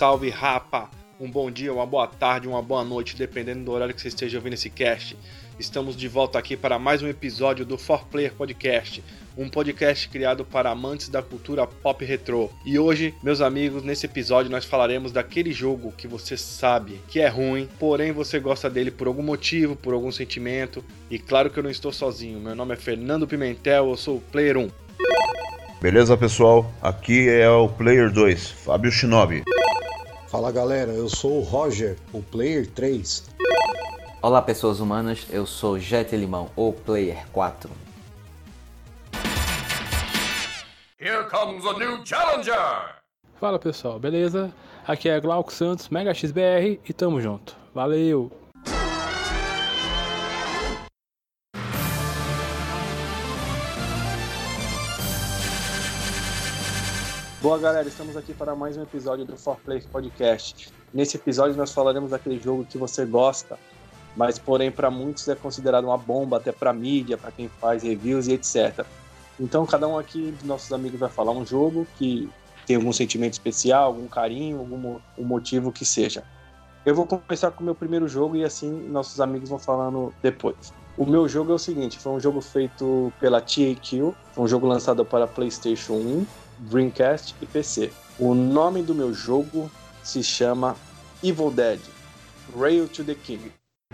salve, rapa! Um bom dia, uma boa tarde, uma boa noite, dependendo do horário que você esteja ouvindo esse cast. Estamos de volta aqui para mais um episódio do 4Player Podcast, um podcast criado para amantes da cultura pop retrô. E hoje, meus amigos, nesse episódio nós falaremos daquele jogo que você sabe que é ruim, porém você gosta dele por algum motivo, por algum sentimento. E claro que eu não estou sozinho, meu nome é Fernando Pimentel, eu sou o Player 1. Beleza, pessoal? Aqui é o Player 2, Fábio Shinobi. Fala galera, eu sou o Roger, o Player 3. Olá pessoas humanas, eu sou Jet Limão, o Player 4. Here comes a new challenger! Fala pessoal, beleza? Aqui é Glauco Santos, Mega XBR e tamo junto. Valeu! Boa galera, estamos aqui para mais um episódio do 4Player Podcast. Nesse episódio nós falaremos daquele jogo que você gosta, mas porém para muitos é considerado uma bomba, até para mídia, para quem faz reviews e etc. Então cada um aqui dos nossos amigos vai falar um jogo que tem algum sentimento especial, algum carinho, algum motivo que seja. Eu vou começar com o meu primeiro jogo e assim nossos amigos vão falando depois. O meu jogo é o seguinte, foi um jogo feito pela THQ, foi um jogo lançado para PlayStation 1, Dreamcast e PC. O nome do meu jogo se chama Evil Dead: Rail to the King.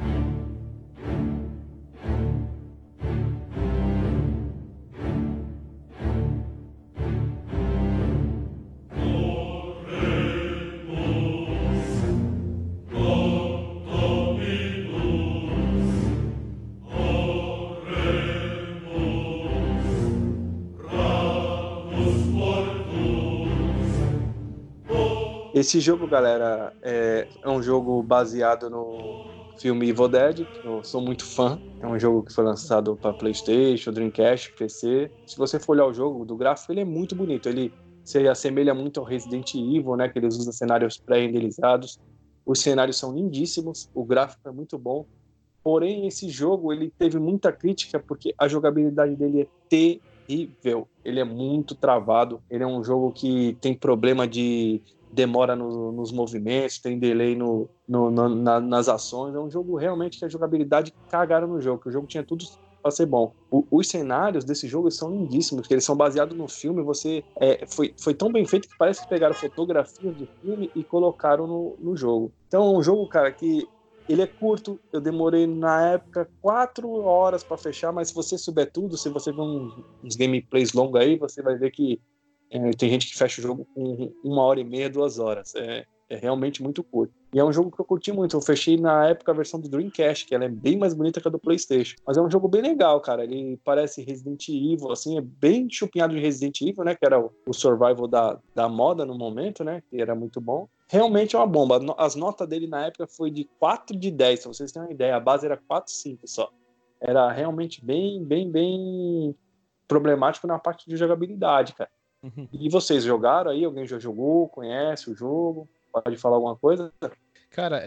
Esse jogo, galera, é um jogo baseado no filme Evil Dead, que eu sou muito fã. É um jogo que foi lançado para PlayStation, Dreamcast, PC. Se você for olhar o jogo, do gráfico, ele é muito bonito. Ele se assemelha muito ao Resident Evil, né? Que eles usam cenários pré-renderizados. Os cenários são lindíssimos, o gráfico é muito bom. Porém, esse jogo ele teve muita crítica porque a jogabilidade dele é terrível. Ele é muito travado. Ele é um jogo que tem problema de demora nos movimentos, tem delay nas ações. É um jogo realmente que a jogabilidade cagaram no jogo, que o jogo tinha tudo para ser bom. Os cenários desse jogo são lindíssimos, porque eles são baseados no filme. Foi tão bem feito que parece que pegaram fotografias do filme e colocaram no jogo. Então é um jogo, cara, que ele é curto. Eu demorei na época 4 horas para fechar, mas se você souber tudo, se você ver uns gameplays longos aí, você vai ver que tem gente que fecha o jogo com 1h30, 2 horas. É realmente muito curto. E é um jogo que eu curti muito. Eu fechei na época a versão do Dreamcast, que ela é bem mais bonita que a do PlayStation. Mas é um jogo bem legal, cara. Ele parece Resident Evil, assim, é bem chupinhado de Resident Evil, né? Que era o survival da moda no momento, né? Que era muito bom. Realmente é uma bomba. As notas dele na época foi de 4 de 10, pra vocês terem uma ideia. A base era 4,5 só. Era realmente bem problemático na parte de jogabilidade, cara. E vocês jogaram aí? Alguém já jogou? Conhece o jogo? Pode falar alguma coisa? Cara,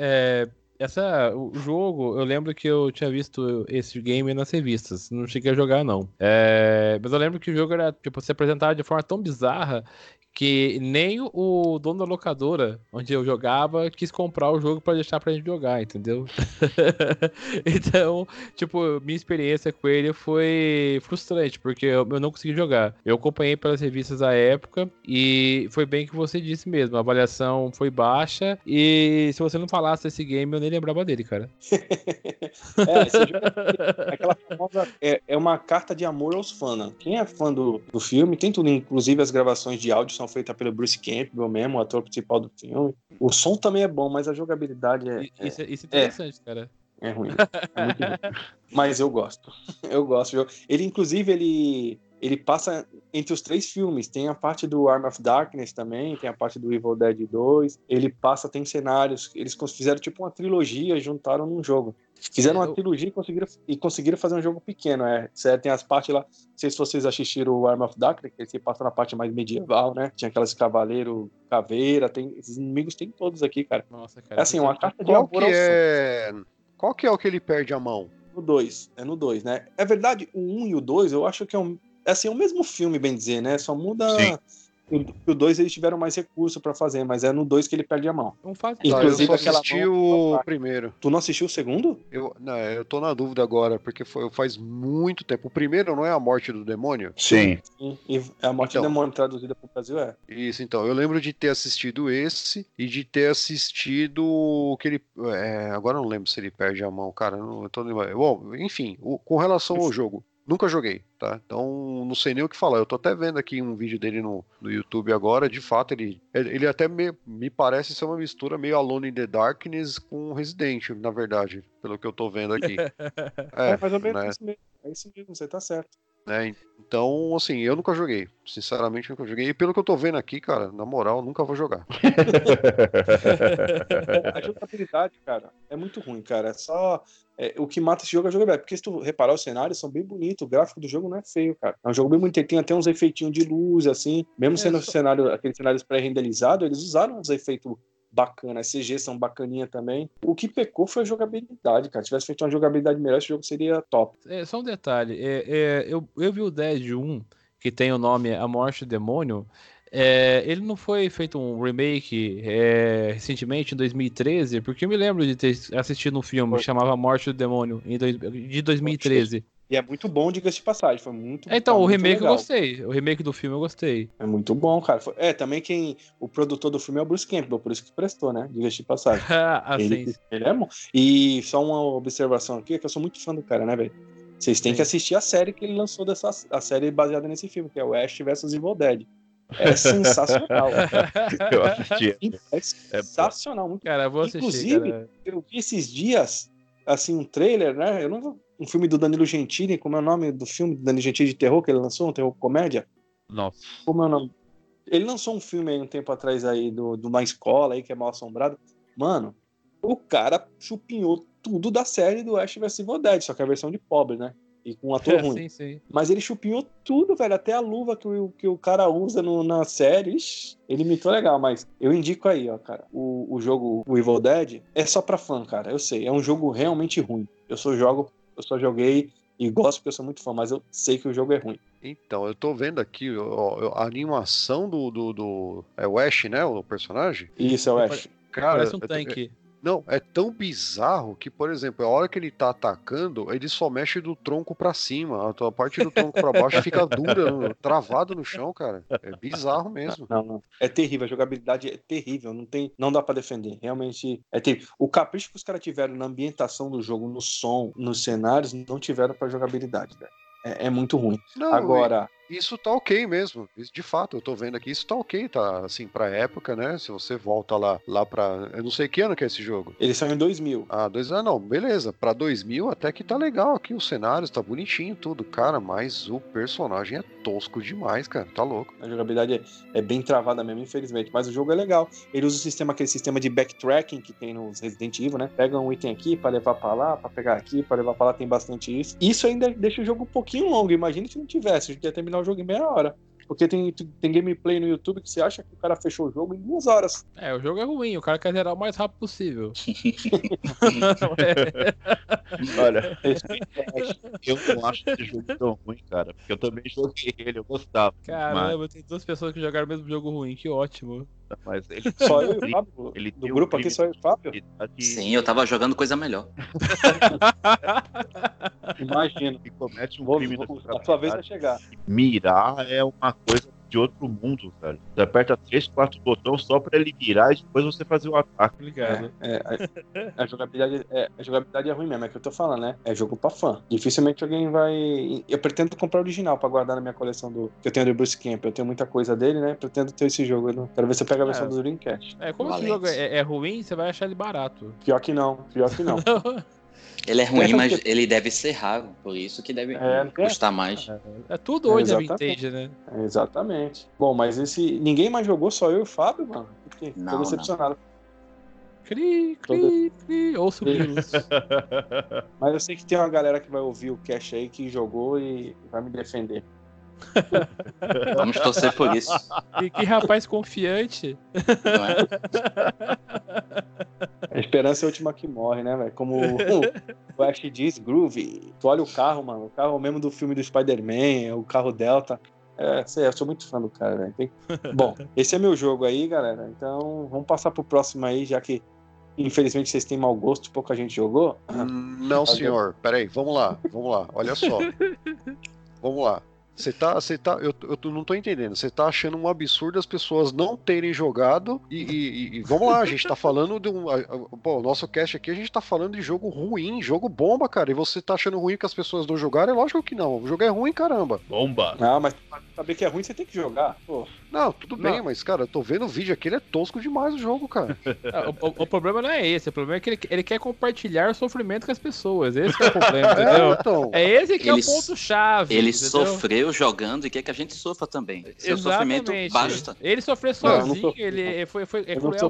o jogo, eu lembro que eu tinha visto esse game nas revistas, não cheguei a jogar não. Mas eu lembro que o jogo era, tipo, se apresentava de forma tão bizarra que nem o dono da locadora onde eu jogava quis comprar o jogo pra deixar pra gente jogar, entendeu? Então, tipo, minha experiência com ele foi frustrante, porque eu não consegui jogar. Eu acompanhei pelas revistas à época e foi bem que você disse mesmo, a avaliação foi baixa e se você não falasse desse game, eu nem lembrava dele, cara. Esse jogo, aquela famosa, é uma carta de amor aos fãs, né? Quem é fã do filme, tem tudo, inclusive as gravações de áudio são feitas pelo Bruce Campbell mesmo, o ator principal do filme. O som também é bom, mas a jogabilidade Isso é interessante, cara. É ruim. É muito ruim. Mas eu gosto. Eu gosto do jogo. Ele, inclusive, ele passa entre os 3 filmes. Tem a parte do Arm of Darkness também, tem a parte do Evil Dead 2. Ele passa, tem cenários. Eles fizeram tipo uma trilogia, juntaram num jogo. Fizeram uma trilogia e conseguiram fazer um jogo pequeno. Tem as partes lá, não sei se vocês assistiram o Arm of Darkness, que se passa na parte mais medieval, né? Tinha aquelas cavaleiros, caveira, esses inimigos tem todos aqui, cara. Nossa, cara. É assim, uma carta de amor ao fã. Qual que é o que ele perde a mão? No 2, no 2, né? É verdade, o 1 e o 2, eu acho que é o mesmo filme, bem dizer, né? Só muda O 2 eles tiveram mais recurso pra fazer, mas é no 2 que ele perde a mão. Não faz Inclusive, eu só aquela assisti mão- o primeiro. Tu não assistiu o segundo? Eu tô na dúvida agora, porque faz muito tempo. O primeiro não é a morte do demônio? Sim. Sim. E a morte Então. do demônio traduzida pro Brasil é. Isso, então. Eu lembro de ter assistido esse e de ter assistido o que ele. Agora eu não lembro se ele perde a mão, cara. Eu tô lembrando. Bom, enfim, com relação ao jogo. Nunca joguei, tá? Então não sei nem o que falar. Eu tô até vendo aqui um vídeo dele no YouTube agora. De fato, ele até me parece ser uma mistura meio Alone in the Darkness com Resident, na verdade, pelo que eu tô vendo aqui. É mais ou menos né? isso mesmo. É isso mesmo, você tá certo. Né? Então, assim, eu nunca joguei. Sinceramente, nunca joguei. E pelo que eu tô vendo aqui, cara, na moral, nunca vou jogar. A jogabilidade, cara, é muito ruim, cara. É só. O que mata esse jogo é a jogabilidade. Porque se tu reparar, os cenários são bem bonitos. O gráfico do jogo não é feio, cara. É um jogo bem bonito. Ele tem até uns efeitinhos de luz, assim. Mesmo sendo aqueles cenários pré-renderizados, eles usaram uns efeitos bacanas. As CG são bacaninha também. O que pecou foi a jogabilidade, cara. Se tivesse feito uma jogabilidade melhor, esse jogo seria top. Só um detalhe. Eu vi o Dead 1, que tem o nome A Morte do Demônio. Ele não foi feito um remake recentemente, em 2013, porque eu me lembro de ter assistido um filme que chamava A Morte do Demônio, de 2013. E é muito bom, diga-se de passagem. Foi muito Então, muito o remake legal. eu gostei. O remake do filme eu gostei. É muito bom, cara. Também o produtor do filme é o Bruce Campbell, por isso que prestou, né? Diga-se de passagem. Assim. Ele é bom. E só uma observação aqui, que eu sou muito fã do cara, né, velho? Vocês têm que assistir a série que ele lançou a série baseada nesse filme, que é o Ash vs Evil Dead. É sensacional. Eu assisti. É sensacional, muito. Cara, eu vou assistir, Inclusive, cara. eu vi esses dias, assim, um trailer, né? Um filme do Danilo Gentili, como é o nome do filme do Danilo Gentili de terror que ele lançou, um terror comédia? Nossa. Como é o nome? Ele lançou um filme aí um tempo atrás aí de uma escola aí que é mal assombrada. Mano, o cara chupinhou tudo da série do Ash vs Evil Dead, só que a versão de pobre, né? E com um ator ruim. Sim. Mas ele chupinhou tudo, velho. Até a luva que o cara usa na série. Ixi, ele imitou legal, mas eu indico aí, ó, cara. O jogo, o Evil Dead, é só pra fã, cara. Eu sei, é um jogo realmente ruim. Eu só joguei e gosto porque eu sou muito fã, mas eu sei que o jogo é ruim. Então, eu tô vendo aqui a animação é o Ash, né? O personagem? Isso, é o Ash. Cara, Parece um tanque. Não, é tão bizarro que, por exemplo, a hora que ele tá atacando, ele só mexe do tronco pra cima. A parte do tronco pra baixo fica dura, travado no chão, cara. É bizarro mesmo. Não. É terrível, a jogabilidade é terrível. Não dá pra defender. Realmente é terrível. O capricho que os caras tiveram na ambientação do jogo, no som, nos cenários, não tiveram pra jogabilidade, velho. É muito ruim. Não, Agora... Isso tá ok mesmo. Isso, de fato, eu tô vendo aqui, isso tá ok, tá assim, pra época, né? Se você volta lá pra... Eu não sei que ano que é esse jogo. Eles são em 2000. Não, beleza. Pra 2000 até que tá legal aqui, os cenários, tá bonitinho tudo. Cara, mas o personagem é tosco demais, cara. Tá louco. A jogabilidade é bem travada mesmo, infelizmente. Mas o jogo é legal. Ele usa aquele sistema de backtracking que tem nos Resident Evil, né? Pega um item aqui pra levar pra lá, pra pegar aqui, pra levar pra lá, tem bastante isso. Isso ainda deixa o jogo um pouquinho longo. Imagina se não tivesse. A gente ia terminar o jogo em meia hora. Porque tem gameplay no YouTube que você acha que o cara fechou o jogo em 2 horas. O jogo é ruim, o cara quer zerar o mais rápido possível. Olha, eu não acho esse jogo tão ruim, cara. Porque eu também joguei ele, eu gostava. Caramba, tem 2 pessoas que jogaram o mesmo jogo ruim, que ótimo. Mas ele Só eu e o Fábio. Ele Do grupo aqui, só eu e o Fábio. Sim, eu tava jogando coisa melhor. Imagina. E comete um crime A sua vez vai chegar. Mirar é uma coisa de outro mundo, velho. Você aperta 3, 4 botões só pra ele virar e depois você fazer o ataque. Obrigado. A jogabilidade é ruim mesmo, é que eu tô falando, né? É jogo pra fã. Dificilmente alguém vai... Eu pretendo comprar o original pra guardar na minha coleção que eu tenho do Bruce Campbell. Eu tenho muita coisa dele, né? Pretendo ter esse jogo. Eu quero ver se eu pego a versão do Dreamcast. Como esse jogo é ruim, você vai achar ele barato. Pior que não. Ele é ruim, mas ele deve ser raro, por isso que deve custar mais. Tudo hoje é vintage, né? Exatamente. Bom, mas ninguém mais jogou, só eu e o Fábio, mano. Tô decepcionado. Cri, ouço grilos. Mas eu sei que tem uma galera que vai ouvir o cast aí que jogou e vai me defender. Vamos torcer por isso. E que rapaz confiante. Não é? A esperança é a última que morre, né, velho? Como o Ash diz, Groove. Tu olha o carro, mano. O carro mesmo do filme do Spider-Man, o carro Delta. Eu sou muito fã do cara, velho. Bom, esse é meu jogo aí, galera. Então, vamos passar pro próximo aí, já que, infelizmente, vocês têm mau gosto, pouca gente jogou. Não, senhor. Peraí, vamos lá. Olha só. Vamos lá. Você tá, eu não tô entendendo. Você tá achando um absurdo as pessoas não terem jogado e vamos lá, a gente tá falando de o nosso cast aqui, a gente tá falando de jogo ruim, jogo bomba, cara, e você tá achando ruim que as pessoas não jogaram? É lógico que não, o jogo é ruim, caramba. Bomba. Não, mas pra saber que é ruim, você tem que jogar, pô. Não, tudo bem, mas, cara, eu tô vendo o vídeo aqui, ele é tosco demais o jogo, cara. O problema não é esse, o problema é que ele quer compartilhar o sofrimento com as pessoas, esse é o problema, entendeu? Então. É esse que é o ponto-chave. Ele entendeu? sofreu jogando e quer que a gente sofra também. Seu sofrimento basta. Ele sofreu sozinho, ele foi cruel.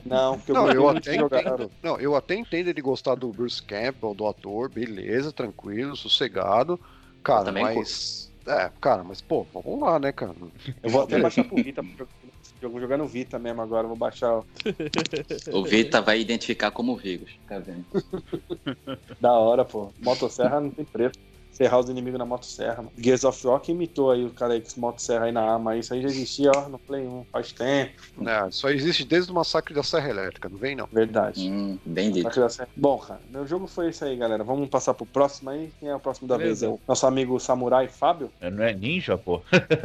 Eu até entendo ele gostar do Bruce Campbell, do ator, beleza, tranquilo, sossegado, cara, mas... mas pô, vamos lá, né, cara? Eu vou até baixar pro Vita, vou jogar no Vita mesmo agora, vou baixar. O Vita vai identificar como vírus, tá vendo? Da hora, pô. Motosserra não tem preço. Serrar os inimigos na motosserra, mano. Gears of War imitou aí o cara aí com motosserra aí na arma, isso aí já existia, ó, no Play 1, faz tempo. Só existe desde o Massacre da Serra Elétrica, não vem não. Verdade. Bem dito. Bom, cara, meu jogo foi esse aí, galera. Vamos passar pro próximo aí. Quem é o próximo da vez? É o nosso amigo Samurai Fábio? Não é ninja, pô?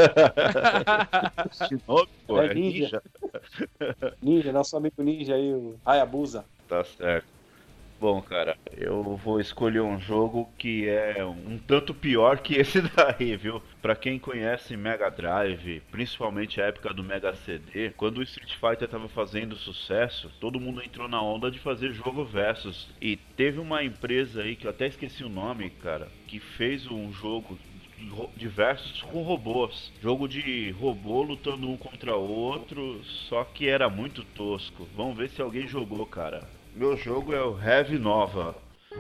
Esse nome, pô, é ninja. Ninja, nosso amigo ninja aí, o Hayabusa. Tá certo. Bom, cara, eu vou escolher um jogo que é um tanto pior que esse daí, viu? Pra quem conhece Mega Drive, principalmente a época do Mega CD, quando o Street Fighter tava fazendo sucesso, todo mundo entrou na onda de fazer jogo versus. E teve uma empresa aí, que eu até esqueci o nome, cara, que fez um jogo de versus com robôs. Jogo de robô lutando um contra o outro, só que era muito tosco. Vamos ver se alguém jogou, cara. Meu jogo é o Heavy Nova.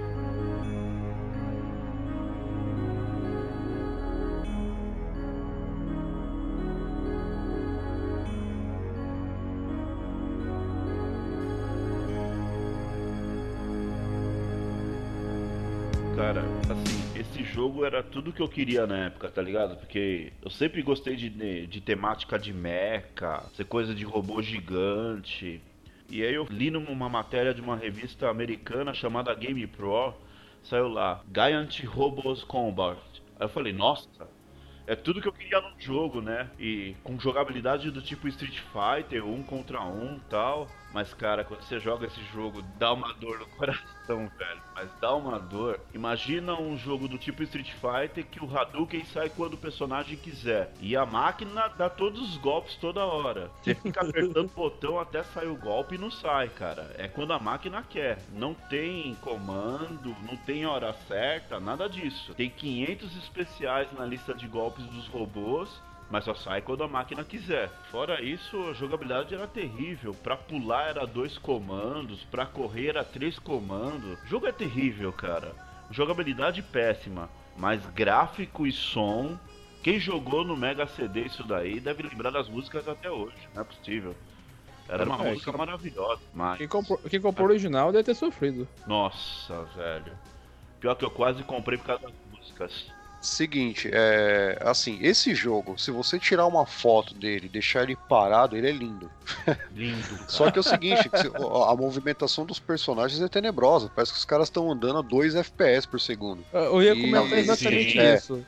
Cara, assim, esse jogo era tudo que eu queria na época, tá ligado? Porque eu sempre gostei de temática de mecha, ser coisa de robô gigante. E aí eu li numa matéria de uma revista americana chamada Game Pro, saiu lá, Giant Robots Combat. Aí eu falei, nossa, é tudo que eu queria num jogo, né? E com jogabilidade do tipo Street Fighter, 1 contra 1 e tal. Mas, cara, quando você joga esse jogo, dá uma dor no coração, velho. Mas dá uma dor. Imagina um jogo do tipo Street Fighter que o Hadouken sai quando o personagem quiser. E a máquina dá todos os golpes toda hora. Você fica apertando o botão até sair o golpe e não sai, cara. É quando a máquina quer. Não tem comando, não tem hora certa, nada disso. Tem 500 especiais na lista de golpes dos robôs, mas só sai quando a máquina quiser. Fora isso, a jogabilidade era terrível. Pra pular era 2 comandos, pra correr era 3 comandos. O jogo é terrível, cara. Jogabilidade péssima, mas gráfico e som... Quem jogou no Mega CD isso daí deve lembrar das músicas até hoje. Não é possível. Era uma música maravilhosa, mas... Quem comprou o original deve ter sofrido. Nossa, velho. Pior que eu quase comprei por causa das músicas. Seguinte, assim, esse jogo, se você tirar uma foto dele e deixar ele parado, ele é lindo. Lindo, cara. Só que é o seguinte, a movimentação dos personagens é tenebrosa. Parece que os caras estão andando a 2 FPS por segundo. Eu ia comentar exatamente isso.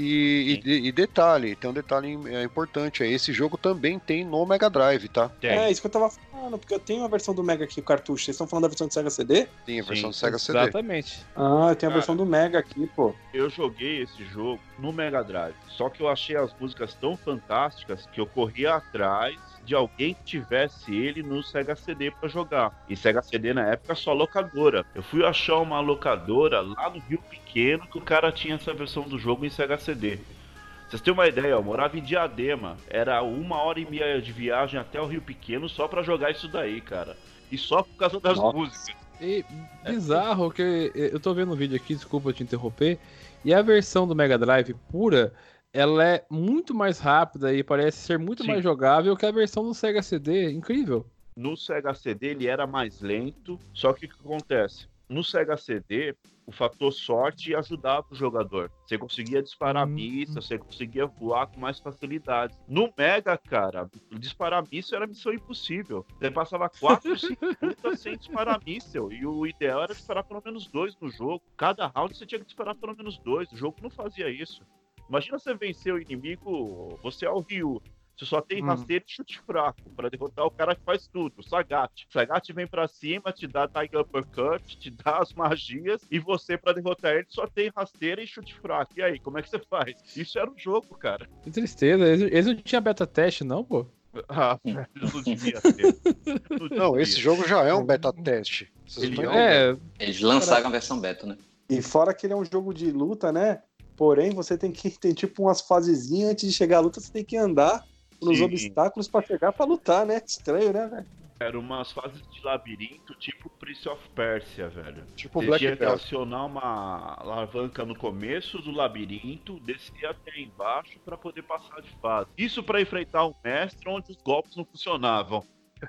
E detalhe, tem um detalhe importante, esse jogo também tem no Mega Drive, tá? É, isso que eu tava falando, porque eu tenho a versão do Mega aqui, o cartucho. Vocês estão falando da versão do Sega CD? Tem a versão do Sega CD. Exatamente. Ah, eu tenho a versão do Mega aqui, pô. Eu joguei esse jogo no Mega Drive, só que eu achei as músicas tão fantásticas que eu corri atrás de alguém que tivesse ele no Sega CD pra jogar. E Sega CD na época só locadora. Eu fui achar uma locadora lá no Rio Pequeno que o cara tinha essa versão do jogo em Sega CD. Vocês têm uma ideia, eu morava em Diadema. Era 1h30 de viagem até o Rio Pequeno só pra jogar isso daí, cara. E só por causa das músicas. E bizarro que eu tô vendo o vídeo aqui, desculpa te interromper. E a versão do Mega Drive pura, ela é muito mais rápida e parece ser muito mais jogável que a versão do Sega CD. Incrível. No Sega CD ele era mais lento, só que o que acontece? no Sega CD, o fator sorte ajudava o jogador. Você conseguia disparar míssil, você conseguia voar com mais facilidade. No Mega, cara, disparar míssil era missão impossível. Você passava 4, 5 lutas sem disparar míssil. E o ideal era disparar pelo menos 2 no jogo. Cada round você tinha que disparar pelo menos 2. O jogo não fazia isso. Imagina você vencer o inimigo, você é o Ryu. Você só tem rasteiro e chute fraco pra derrotar o cara que faz tudo, o Sagat. O Sagat vem pra cima, te dá Tiger Uppercut, te dá as magias, e você, pra derrotar ele, só tem rasteiro e chute fraco. E aí, como é que você faz? Isso era o jogo, cara. Que tristeza, eles não tinham beta teste, não, pô? Ah, eles não devia ter. Não, esse jogo já é um beta teste. Eles lançaram a versão beta, né? E fora que ele é um jogo de luta, né? Porém, você tem tipo umas fasezinhas antes de chegar à luta, você tem que andar nos obstáculos pra chegar pra lutar, né? Estranho, né, velho? Era umas fases de labirinto, tipo Prince of Persia, velho. Tipo Você Black tinha que Belt. acionar uma alavanca no começo do labirinto, descer até embaixo pra poder passar de fase. Isso pra enfrentar um mestre onde os golpes não funcionavam.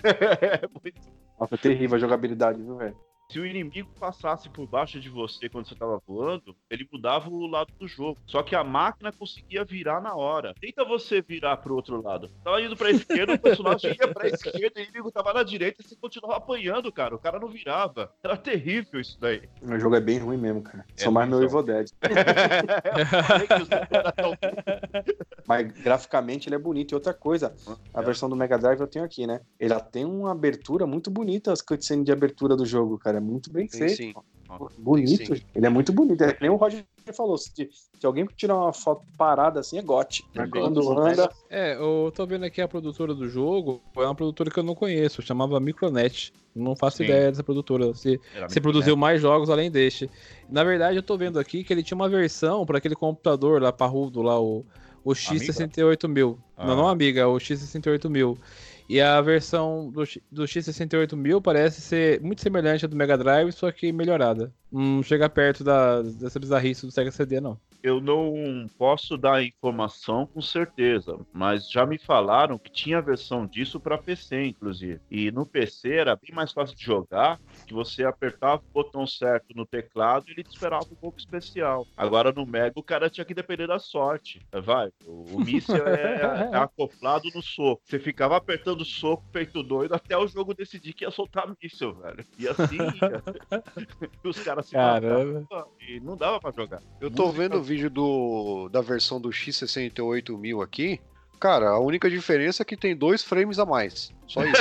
Nossa, é terrível a jogabilidade, viu, velho? Se o inimigo passasse por baixo de você quando você tava voando, ele mudava o lado do jogo. Só que a máquina conseguia virar na hora. Tenta você virar pro outro lado. Tava indo pra esquerda, o personagem ia pra esquerda, o inimigo tava na direita e você continuava apanhando, cara. O cara não virava. Era terrível isso daí. O jogo é bem ruim mesmo, cara. Só mais meu Evil Dead. Eu falei que os jogos eram tão... Mas graficamente ele é bonito. E outra coisa, a versão do Mega Drive eu tenho aqui, né? Ela tem uma abertura muito bonita, as cutscenes de abertura do jogo, cara. É muito bem feito. Sim. Bonito. Sim. Ele é muito bonito. É que nem o Roger falou. Se alguém tirar uma foto parada assim, é GOT. Quando anda... Eu tô vendo aqui a produtora do jogo. É uma produtora que eu não conheço. Chamava Micronet. Não faço ideia dessa produtora. Se produziu mais jogos além deste. Na verdade, eu tô vendo aqui que ele tinha uma versão para aquele computador lá parrudo, lá, o X68000. Não, Amiga, o X68000. E a versão do X68000 parece ser muito semelhante à do Mega Drive, só que melhorada. Não chega perto dessa bizarrice do Sega CD, não. Eu não posso dar informação com certeza, mas já me falaram que tinha versão disso para PC, inclusive. E no PC era bem mais fácil de jogar, que você apertava o botão certo no teclado e ele te esperava um pouco especial. Agora no Mega o cara tinha que depender da sorte. O míssil é acoplado no soco. Você ficava apertando o soco, feito doido, até o jogo decidir que ia soltar míssil, velho. E assim ia. E os caras se matavam e não dava pra jogar. Eu tô vendo o vídeo da versão do X68000 aqui. Cara, a única diferença é que tem 2 frames a mais. Só isso.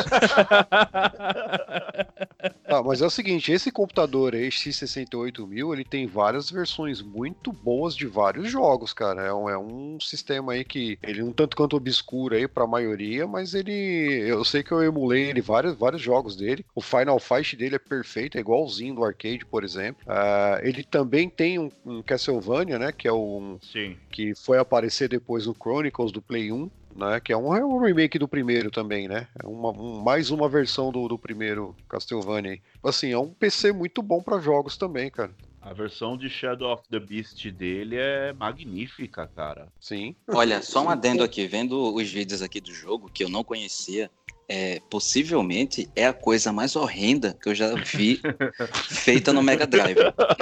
Mas é o seguinte, esse computador aí, X68000, ele tem várias versões muito boas de vários jogos, cara. É um sistema aí que ele é um tanto quanto obscuro aí pra maioria, mas eu sei que eu emulei ele, vários jogos dele. O Final Fight dele é perfeito, é igualzinho do arcade, por exemplo. Ele também tem um Castlevania, né, que é que foi aparecer depois no Chronicles do Play 1. Né, que é um remake do primeiro também, né? É mais uma versão do primeiro Castlevania aí. Assim, é um PC muito bom pra jogos também, cara. A versão de Shadow of the Beast dele é magnífica, cara. Sim. Olha, só um adendo aqui, vendo os vídeos aqui do jogo, que eu não conhecia, possivelmente é a coisa mais horrenda que eu já vi feita no Mega Drive.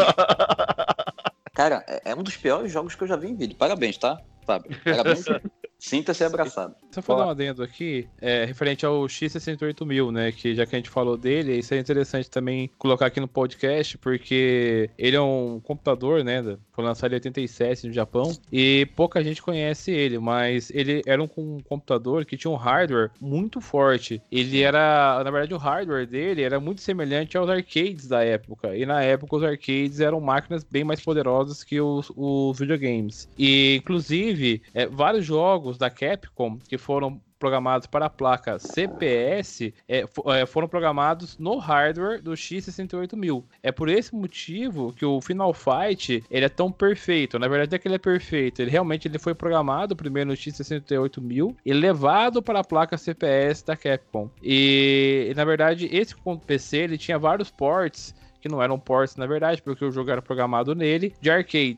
Cara, é um dos piores jogos que eu já vi em vídeo. Parabéns, tá, Fábio? Parabéns. Sinta-se abraçado. Só falar um adendo aqui, referente ao X68000, né, que já que a gente falou dele, isso é interessante também colocar aqui no podcast, porque ele é um computador, né, foi lançado em 87 no Japão, e pouca gente conhece ele, mas ele era um computador que tinha um hardware muito forte. Ele era, na verdade, o hardware dele era muito semelhante aos arcades da época, e na época os arcades eram máquinas bem mais poderosas que os videogames. E, inclusive, vários jogos da Capcom que foram programados para a placa CPS foram programados no hardware do X68000. É por esse motivo que o Final Fight ele é tão perfeito. Na verdade é que ele é perfeito. Ele realmente foi programado primeiro no X68000 e levado para a placa CPS da Capcom. E na verdade esse PC ele tinha vários ports que não eram ports na verdade, porque o jogo era programado nele, de arcades.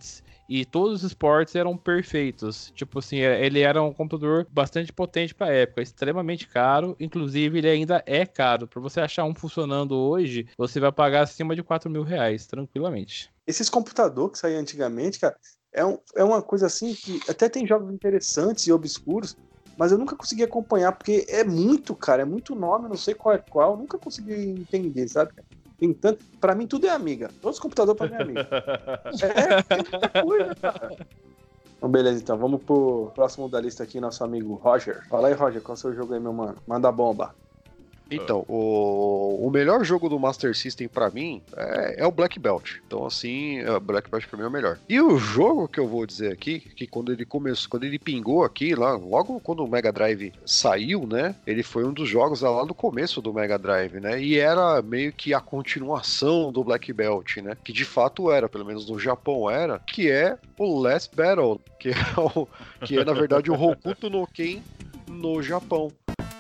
e todos os ports eram perfeitos. Tipo assim, ele era um computador bastante potente pra época, extremamente caro, inclusive ele ainda é caro. Pra você achar um funcionando hoje, você vai pagar acima de R$4.000, tranquilamente. Esses computadores que saíam antigamente, cara, é uma coisa assim que até tem jogos interessantes e obscuros, mas eu nunca consegui acompanhar, porque é muito, cara, é muito nome, não sei qual é qual, eu nunca consegui entender, sabe? Tem tanto, pra mim tudo é Amiga, todos os computadores pra mim é Amiga. É muita coisa, cara. Então, beleza, então, vamos pro próximo da lista aqui, nosso amigo Roger. Fala aí, Roger, qual é o seu jogo aí, meu mano? Manda bomba. Então, o melhor jogo do Master System pra mim é o Black Belt. Então, assim, o Black Belt pra mim é o melhor. E o jogo que eu vou dizer aqui, que quando ele pingou aqui, lá, logo quando o Mega Drive saiu, né? Ele foi um dos jogos lá do começo do Mega Drive, né? E era meio que a continuação do Black Belt, né? Que de fato era, pelo menos no Japão era, que é o Last Battle, que é na verdade o Hokuto no Ken no Japão.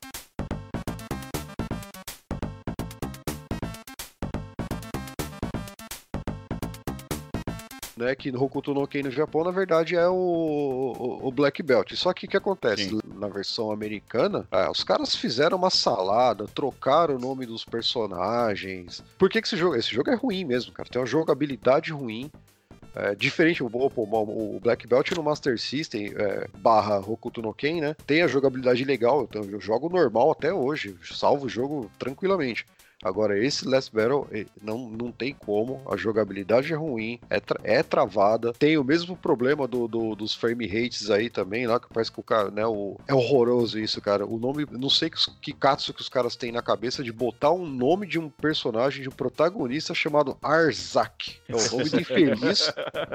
Né, que no Hokuto no Ken no Japão, na verdade, é o Black Belt. Só que o que acontece? Sim. Na versão americana, os caras fizeram uma salada, trocaram o nome dos personagens. Por que esse jogo? Esse jogo é ruim mesmo, cara. Tem uma jogabilidade ruim. Diferente, o Black Belt no Master System barra Hokuto no Ken, né? Tem a jogabilidade legal. Então eu jogo normal até hoje. Salvo o jogo tranquilamente. Agora, esse Last Battle não tem como, a jogabilidade é ruim, é travada, tem o mesmo problema dos frame rates aí também, lá que parece que o cara, né, é horroroso isso, cara. O nome, não sei que katsu que os caras têm na cabeça de botar um nome de um personagem, de um protagonista chamado Arzak. É o nome do infeliz,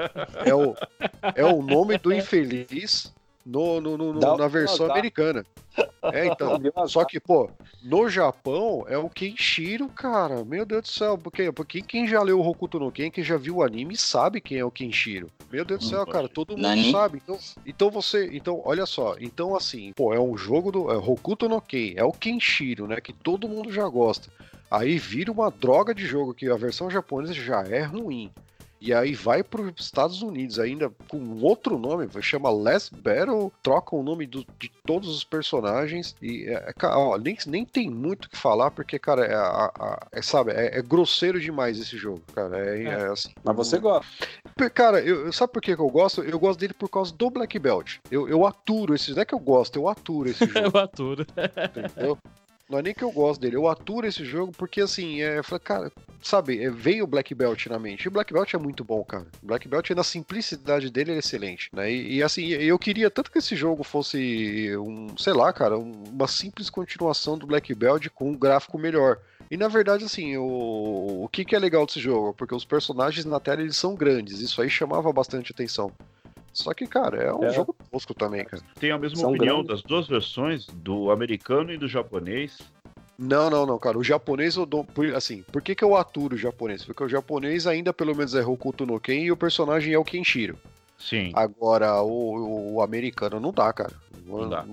é o nome do infeliz na versão americana. Então, só que, pô, no Japão é o Kenshiro, cara. Meu Deus do céu, porque quem já leu o Hokuto no Ken, quem já viu o anime, sabe quem é o Kenshiro. Meu Deus do céu, cara, todo mundo sabe. Então, olha só, então assim, pô, é um jogo do Hokuto no Ken, é o Kenshiro, né, que todo mundo já gosta. Aí vira uma droga de jogo que a versão japonesa já é ruim. E aí vai para os Estados Unidos ainda com outro nome, chama Last Battle, troca o nome de todos os personagens e nem tem muito o que falar, porque, cara, é grosseiro demais esse jogo, cara. Assim, mas você gosta. Cara, sabe por que eu gosto? Eu gosto dele por causa do Black Belt. Eu aturo esse, não é que eu gosto, eu aturo esse jogo. Eu aturo. Entendeu? Não é nem que eu gosto dele, eu aturo esse jogo porque, assim, cara, sabe, veio o Black Belt na mente. E o Black Belt é muito bom, cara. O Black Belt, na simplicidade dele, é excelente, né? E assim, eu queria tanto que esse jogo fosse sei lá, cara, uma simples continuação do Black Belt com um gráfico melhor. E na verdade, assim, o que é legal desse jogo? Porque os personagens na tela, eles são grandes. Isso aí chamava bastante atenção. Só que, cara, é um jogo tosco também, cara. Tem a mesma opinião das duas versões, do americano e do japonês? Não, cara. O japonês eu dou. Assim, por que eu aturo o japonês? Porque o japonês ainda, pelo menos, é Hokuto no Ken e o personagem é o Kenshiro. Sim. Agora, o americano não dá, cara. Não dá.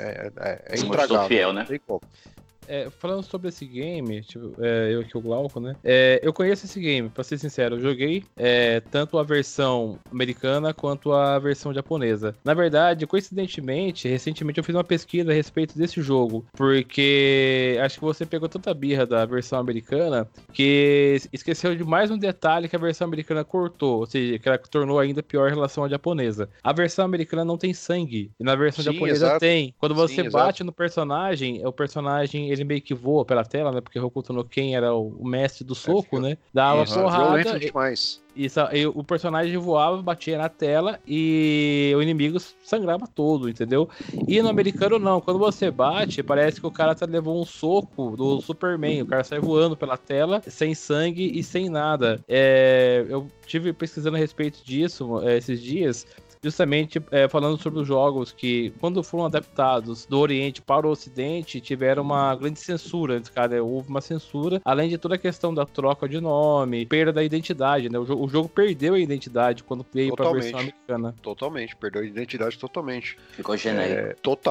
É intragável. Fiel, né? Não tem como. Falando sobre esse game, eu aqui, o Glauco, né? Eu conheço esse game, pra ser sincero. Eu joguei tanto a versão americana quanto a versão japonesa. Na verdade, coincidentemente, recentemente eu fiz uma pesquisa a respeito desse jogo, porque acho que você pegou tanta birra da versão americana que esqueceu de mais um detalhe que a versão americana cortou, ou seja, que ela tornou ainda pior em relação à japonesa. A versão americana não tem sangue, e na versão japonesa exato. Tem. Quando você bate no personagem, o personagem ele meio que voa pela tela, né? Porque Hokuto no Ken era o mestre do soco, né? Dava porrada. Violento demais. E o personagem voava, batia na tela e o inimigo sangrava todo, entendeu? E no americano não, quando você bate, parece que o cara levou um soco do Superman, o cara sai voando pela tela, sem sangue e sem nada. Eu tive pesquisando a respeito disso esses dias, justamente falando sobre os jogos que, quando foram adaptados do Oriente para o Ocidente, tiveram uma grande censura, cara, houve uma censura, além de toda a questão da troca de nome, perda da identidade, né? O jogo perdeu a identidade quando veio para a versão americana. Totalmente, perdeu a identidade totalmente. Ficou genérico. Total.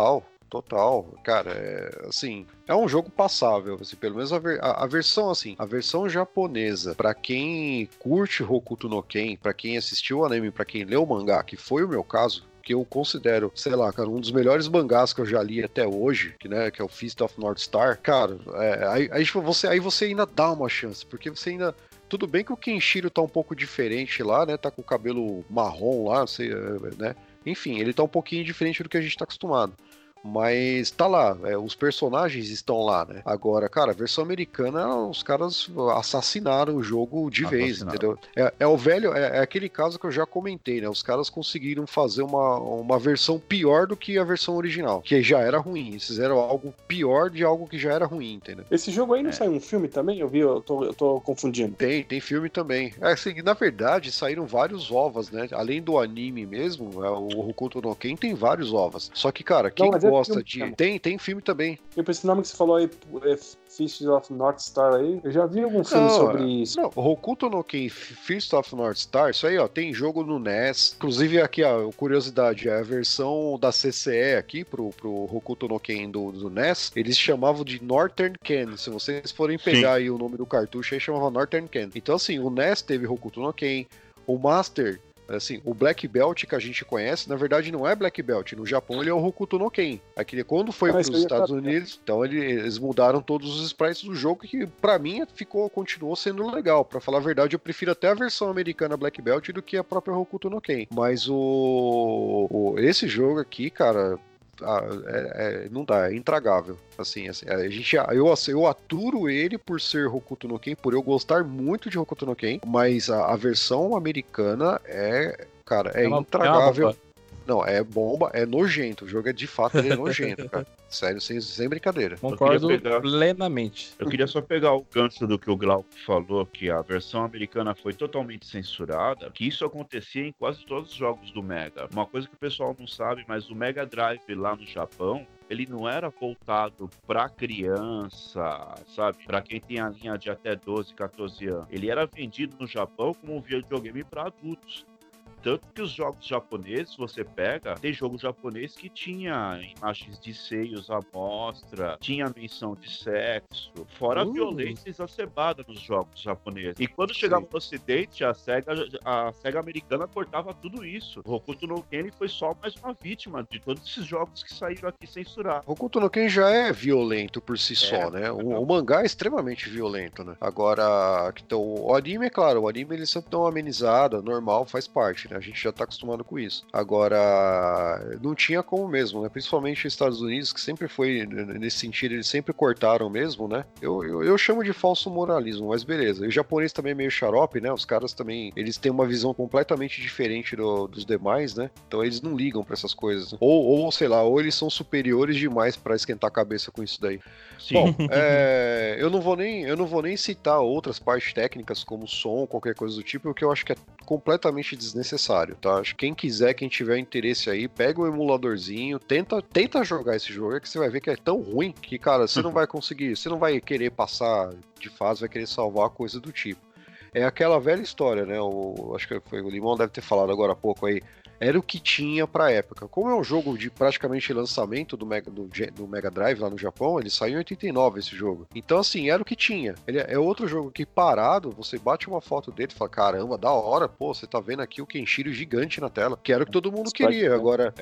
total. Cara, assim, é um jogo passável, assim, pelo menos a versão, assim, a versão japonesa, pra quem curte Hokuto no Ken, pra quem assistiu o anime, pra quem leu o mangá, que foi o meu caso, que eu considero, sei lá, cara, um dos melhores mangás que eu já li até hoje, que é o Fist of North Star, cara, aí você ainda dá uma chance, porque você ainda... Tudo bem que o Kenshiro tá um pouco diferente lá, né? Tá com o cabelo marrom lá, sei, né? Enfim, ele tá um pouquinho diferente do que a gente tá acostumado. Mas tá lá, os personagens estão lá, né? Agora, cara, a versão americana, os caras assassinaram o jogo de vez, entendeu? É aquele caso que eu já comentei, né? Os caras conseguiram fazer uma versão pior do que a versão original, que já era ruim. Eles fizeram algo pior de algo que já era ruim, entendeu? Esse jogo aí não saiu um filme também? Eu tô confundindo. Tem filme também. Assim, na verdade, saíram vários ovas, né? Além do anime mesmo, o Hokuto no Ken tem vários ovas. Só que, cara, quem gosta de... Tem filme também. E por esse nome que você falou aí, Fist of North Star aí, eu já vi algum filme sobre isso. Não, Hokuto no Ken, Fist of North Star, isso aí, ó, tem jogo no NES. Inclusive aqui, ó, curiosidade, a versão da CCE aqui pro Hokuto no Ken do NES, eles chamavam de Northern Ken. Se vocês forem pegar aí o nome do cartucho, aí chamava Northern Ken. Então, assim, o NES teve Hokuto no Ken, o Master... Assim, o Black Belt que a gente conhece, na verdade não é Black Belt. No Japão ele é o Hokuto no Ken. Aquele, quando foi para os Estados Unidos, então eles mudaram todos os sprites do jogo, que pra mim continuou sendo legal. Pra falar a verdade, eu prefiro até a versão americana Black Belt do que a própria Hokuto no Ken. Mas esse jogo aqui, cara... não dá, é intragável. Assim, eu aturo ele por ser Hokuto no Ken, por eu gostar muito de Hokuto no Ken, mas a versão americana cara, é intragável. Não, é bomba, é nojento. O jogo de fato ele é nojento, cara. Sério, sem brincadeira. Concordo plenamente. Eu queria só pegar o gancho do que o Glauco falou, que a versão americana foi totalmente censurada, que isso acontecia em quase todos os jogos do Mega. Uma coisa que o pessoal não sabe, mas o Mega Drive lá no Japão, ele não era voltado pra criança, sabe? Pra quem tem a linha de até 12, 14 anos. Ele era vendido no Japão como um videogame pra adultos. Tanto que os jogos japoneses, você pega, tem jogo japonês que tinha imagens de seios à mostra, tinha menção de sexo, fora a violência exacerbada nos jogos japoneses. E quando chegava no ocidente, a SEGA americana cortava tudo isso. O Hokuto no Ken foi só mais uma vítima de todos esses jogos que saíram aqui censurados. O Hokuto no Ken já é violento por si só, né? O mangá é extremamente violento, né? Agora, então, o anime, é claro, o anime ele sempre dá uma amenizada, normal, faz parte, né? A gente já tá acostumado com isso. Agora, não tinha como mesmo, né? Principalmente nos Estados Unidos, que sempre foi, nesse sentido, eles sempre cortaram mesmo, né? Eu chamo de falso moralismo, mas beleza. E o japonês também é meio xarope, né? Os caras também, eles têm uma visão completamente diferente dos demais, né? Então eles não ligam pra essas coisas. Né? Ou sei lá, ou eles são superiores demais pra esquentar a cabeça com isso daí. Sim. Bom, eu não vou nem citar outras partes técnicas como som, qualquer coisa do tipo, porque eu acho que é completamente desnecessário, tá? Acho que quem tiver interesse aí, pega o emuladorzinho, tenta jogar esse jogo, que você vai ver que é tão ruim que, cara, você não vai conseguir, você não vai querer passar de fase, vai querer salvar coisa do tipo. É aquela velha história, né? Acho que foi o Limão deve ter falado agora há pouco aí. Era o que tinha pra época. Como é um jogo de praticamente lançamento do Mega Drive lá no Japão, ele saiu em 89 esse jogo. Então, assim, era o que tinha. Ele é outro jogo que parado, você bate uma foto dele e fala, caramba, da hora, pô, você tá vendo aqui o Kenshiro gigante na tela, que era o que todo mundo queria. Agora,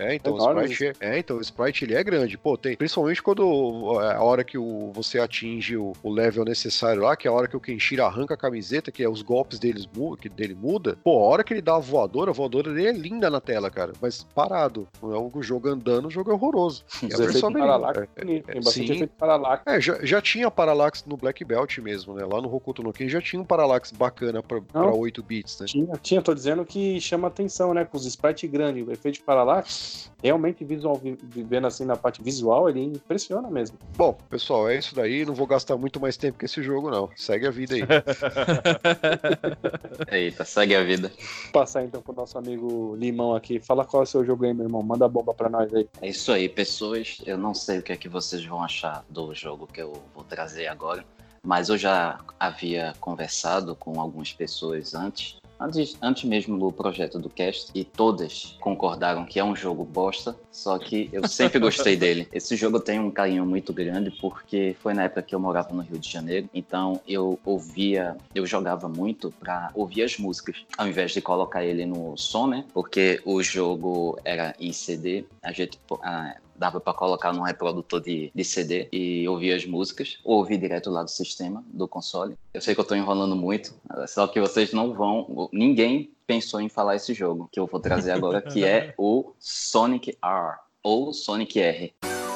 o Sprite ele é grande. Pô, tem, principalmente quando a hora que você atinge o level necessário lá, que é a hora que o Kenshiro arranca a camiseta, que é os golpes dele muda. Pô, a hora que ele dá a voadora dele é linda na tela, cara, mas parado. Não é o jogo andando, o jogo é horroroso. E a versão paralaxe tem bastante efeito paralaxe. Já tinha paralaxe no Black Belt mesmo, né? Lá no Hokuto no Ken já tinha um paralaxe bacana pra 8 bits, né? Tinha, tô dizendo que chama atenção, né? Com os sprites grandes, o efeito de paralaxe, realmente vendo assim na parte visual, ele impressiona mesmo. Bom, pessoal, é isso daí. Não vou gastar muito mais tempo com esse jogo, não. Segue a vida aí. Eita, segue a vida. Vou passar então pro nosso amigo Limão aqui. Fala qual é o seu jogo aí, meu irmão. Manda a bomba pra nós aí. É isso aí, pessoas. Eu não sei o que é que vocês vão achar do jogo que eu vou trazer agora, mas eu já havia conversado com algumas pessoas antes antes mesmo do projeto do cast, e todas concordaram que é um jogo bosta, só que eu sempre gostei dele. Esse jogo tem um carinho muito grande porque foi na época que eu morava no Rio de Janeiro, então eu jogava muito pra ouvir as músicas, ao invés de colocar ele no som, né? Porque o jogo era em CD, a gente dava pra colocar num reprodutor de CD e ouvir as músicas, ou ouvir direto lá do sistema, do console. Eu sei que eu tô enrolando muito, só que vocês não vão... Ninguém pensou em falar esse jogo que eu vou trazer agora, que é o Sonic R, ou Sonic R.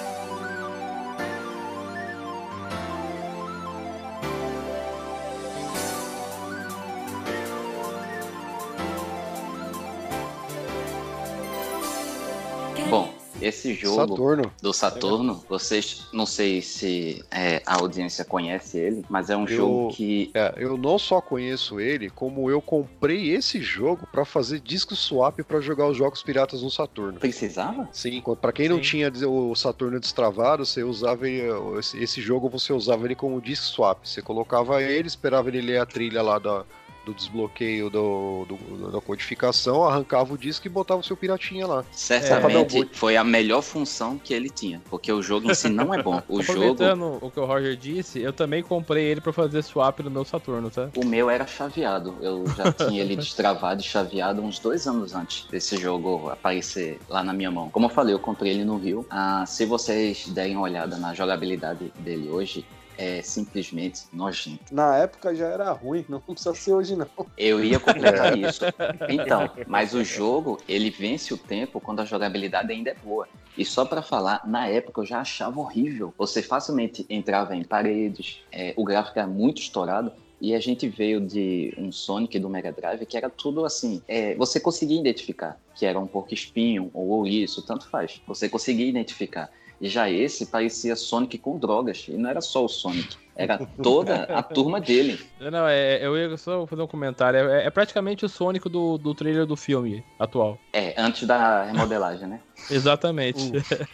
Bom, esse jogo do Saturno, vocês, não sei se a audiência conhece ele, mas é um jogo que... eu não só conheço ele, como eu comprei esse jogo pra fazer disco swap pra jogar os jogos piratas no Saturno. Precisava? Sim, pra quem não tinha o Saturno destravado, você usava esse jogo, você usava ele como disc swap. Você colocava ele, esperava ele ler a trilha lá do desbloqueio da codificação, arrancava o disco e botava o seu piratinha lá. Certamente foi a melhor função que ele tinha, porque o jogo em si não é bom. Aproveitando o que o Roger disse, eu também comprei ele pra fazer swap no meu Saturno, tá? O meu era chaveado, eu já tinha ele destravado e chaveado uns 2 anos antes desse jogo aparecer lá na minha mão. Como eu falei, eu comprei ele no Rio. Se vocês derem uma olhada na jogabilidade dele hoje, é simplesmente nojento. Na época já era ruim, não precisa ser hoje não. Eu ia completar isso. Então, mas o jogo, ele vence o tempo quando a jogabilidade ainda é boa. E só pra falar, na época eu já achava horrível. Você facilmente entrava em paredes, o gráfico era muito estourado. E a gente veio de um Sonic do Mega Drive que era tudo assim, você conseguia identificar que era um porco-espinho ou ouriço, tanto faz. Você conseguia identificar. E já esse parecia Sonic com drogas. E não era só o Sonic, era toda a turma dele. Não, eu ia só fazer um comentário. É praticamente o Sonic do trailer do filme atual. Antes da remodelagem, né? Exatamente.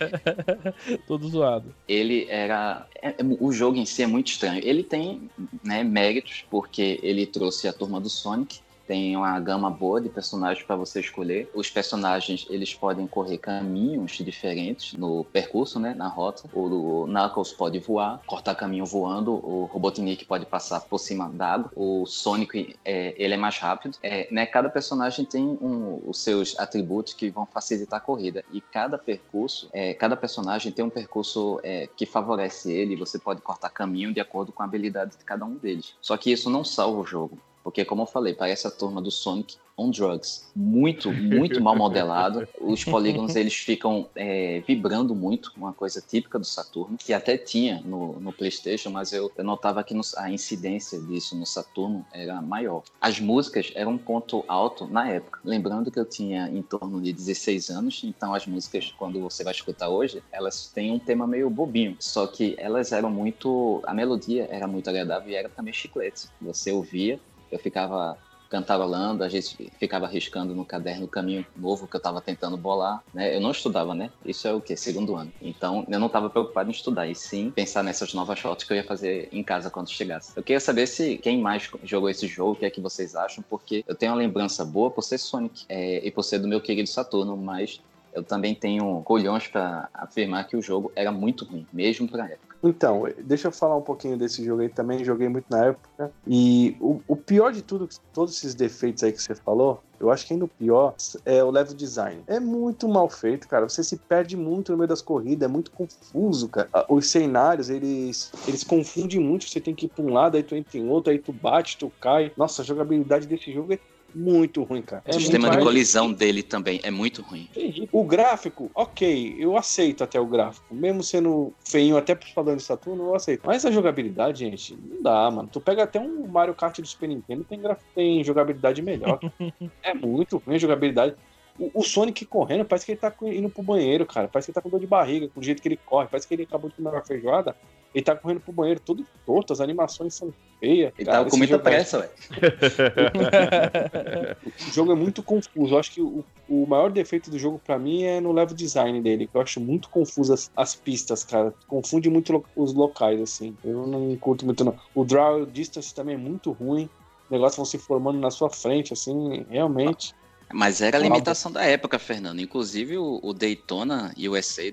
Todo zoado. Ele era... o jogo em si é muito estranho. Ele tem, né, méritos, porque ele trouxe a turma do Sonic. Tem uma gama boa de personagens para você escolher. Os personagens, eles podem correr caminhos diferentes no percurso, né, na rota. O Knuckles pode voar, cortar caminho voando. O Robotnik pode passar por cima d'água. O Sonic, ele é mais rápido. Né, cada personagem tem os seus atributos que vão facilitar a corrida. E cada percurso, cada personagem tem um percurso que favorece ele. Você pode cortar caminho de acordo com a habilidade de cada um deles. Só que isso não salva o jogo. Porque, como eu falei, parece a turma do Sonic on drugs. Muito, muito mal modelado. Os polígonos, eles ficam vibrando muito, uma coisa típica do Saturno, que até tinha no PlayStation, mas eu notava que a incidência disso no Saturno era maior. As músicas eram um ponto alto na época. Lembrando que eu tinha em torno de 16 anos, então as músicas, quando você vai escutar hoje, elas têm um tema meio bobinho, só que elas eram muito... A melodia era muito agradável e era também chiclete. Você ouvia, eu ficava cantarolando, a gente ficava riscando no caderno o caminho novo que eu estava tentando bolar, né? Eu não estudava, né? Isso é o quê? 2º ano. Então, eu não estava preocupado em estudar, e sim pensar nessas novas rotas que eu ia fazer em casa quando chegasse. Eu queria saber se quem mais jogou esse jogo, o que é que vocês acham, porque eu tenho uma lembrança boa por ser Sonic e por ser do meu querido Saturno, mas eu também tenho colhões para afirmar que o jogo era muito ruim, mesmo pra época. Então, deixa eu falar um pouquinho desse jogo aí também, joguei muito na época, e o pior de tudo, todos esses defeitos aí que você falou, eu acho que ainda o pior é o level design. É muito mal feito, cara, você se perde muito no meio das corridas, é muito confuso, cara. Os cenários, eles confundem muito, você tem que ir pra um lado, aí tu entra em outro, aí tu bate, tu cai. Nossa, a jogabilidade desse jogo é muito ruim, cara. O sistema de colisão dele também é muito ruim. O gráfico, ok, eu aceito até o gráfico. Mesmo sendo feinho até pros padrões de Saturno, eu aceito. Mas a jogabilidade, gente, não dá, mano. Tu pega até um Mario Kart do Super Nintendo, tem jogabilidade melhor. É muito ruim a jogabilidade. O Sonic correndo, parece que ele tá indo pro banheiro, cara. Parece que ele tá com dor de barriga, com o jeito que ele corre. Parece que ele acabou de comer uma feijoada. Ele tá correndo pro banheiro todo torto, as animações são feias. Ele tava com muita pressa, velho. O jogo é muito confuso. Eu acho que o maior defeito do jogo pra mim é no level design dele, que eu acho muito confuso as pistas, cara. Confunde muito os locais, assim. Eu não curto muito, não. O Draw Distance também é muito ruim. negócios vão se formando na sua frente, assim, realmente. Mas era a limitação da época, Fernando. Inclusive o Daytona USA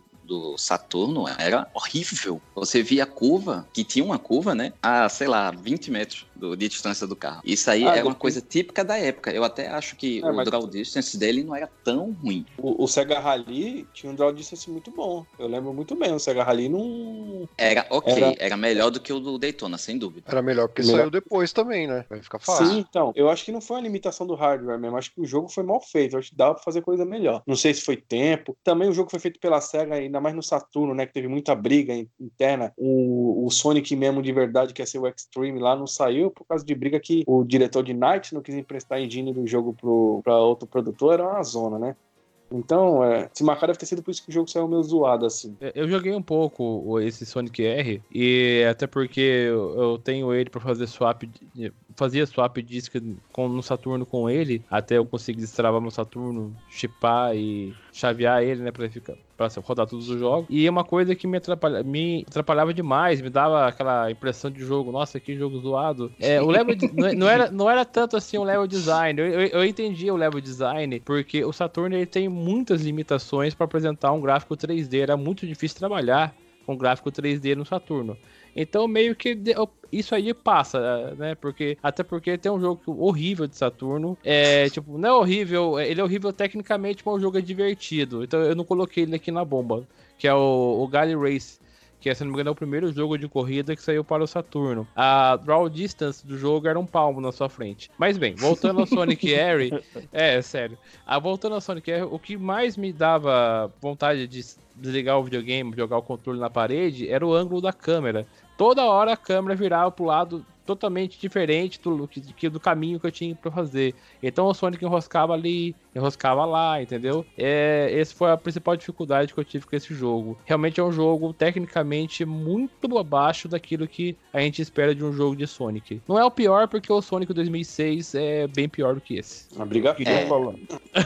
do Saturno era horrível. Você via a curva, que tinha uma curva, né? A, sei lá, 20 metros de distância do carro. Isso aí era uma coisa típica da época. Eu até acho que o draw distance dele não era tão ruim. O Sega Rally tinha um draw distance muito bom. Eu lembro muito bem. O Sega Rally não... Era ok. Era melhor do que o do Daytona, sem dúvida. Era melhor porque saiu depois também, né? Vai ficar fácil. Sim, então. Eu acho que não foi uma limitação do hardware mesmo. Acho que o jogo foi mal feito. Eu acho que dava pra fazer coisa melhor. Não sei se foi tempo. Também o jogo foi feito pela Sega, ainda mais no Saturno, né? Que teve muita briga interna. O Sonic mesmo de verdade, que ia ser o Extreme lá, não saiu por causa de briga que o diretor de Night não quis emprestar a engine do jogo pra outro produtor. Era uma zona, né? Então, se marcar deve ter sido por isso que o jogo saiu meio zoado, assim. Eu joguei um pouco esse Sonic R, e até porque eu tenho ele pra fazer swap, fazia swap disc no Saturno com ele, até eu conseguir destravar meu Saturno, chipar e chavear ele, né, pra rodar todos os jogos. E uma coisa que me atrapalhava demais, me dava aquela impressão de jogo, nossa, que jogo zoado. O level não era tanto assim o level design. Eu entendia o level design, porque o Saturno ele tem muitas limitações para apresentar um gráfico 3D. Era muito difícil trabalhar com gráfico 3D no Saturno. Então meio que isso aí passa, né? Até porque tem um jogo horrível de Saturno. Tipo, não é horrível, ele é horrível tecnicamente, mas o jogo é divertido. Então eu não coloquei ele aqui na bomba, que é o Gally Race, que, se não me engano, é o primeiro jogo de corrida que saiu para o Saturno. A draw distance do jogo era um palmo na sua frente. Mas bem, voltando ao Sonic R, sério. Voltando ao Sonic R, o que mais me dava vontade de desligar o videogame, jogar o controle na parede, era o ângulo da câmera. Toda hora a câmera virava pro lado totalmente diferente do caminho que eu tinha pra fazer. Então o Sonic enroscava ali, enroscava lá, entendeu? Essa foi a principal dificuldade que eu tive com esse jogo. Realmente é um jogo tecnicamente muito abaixo daquilo que a gente espera de um jogo de Sonic. Não é o pior, porque o Sonic 2006 é bem pior do que esse. Uma briga falando.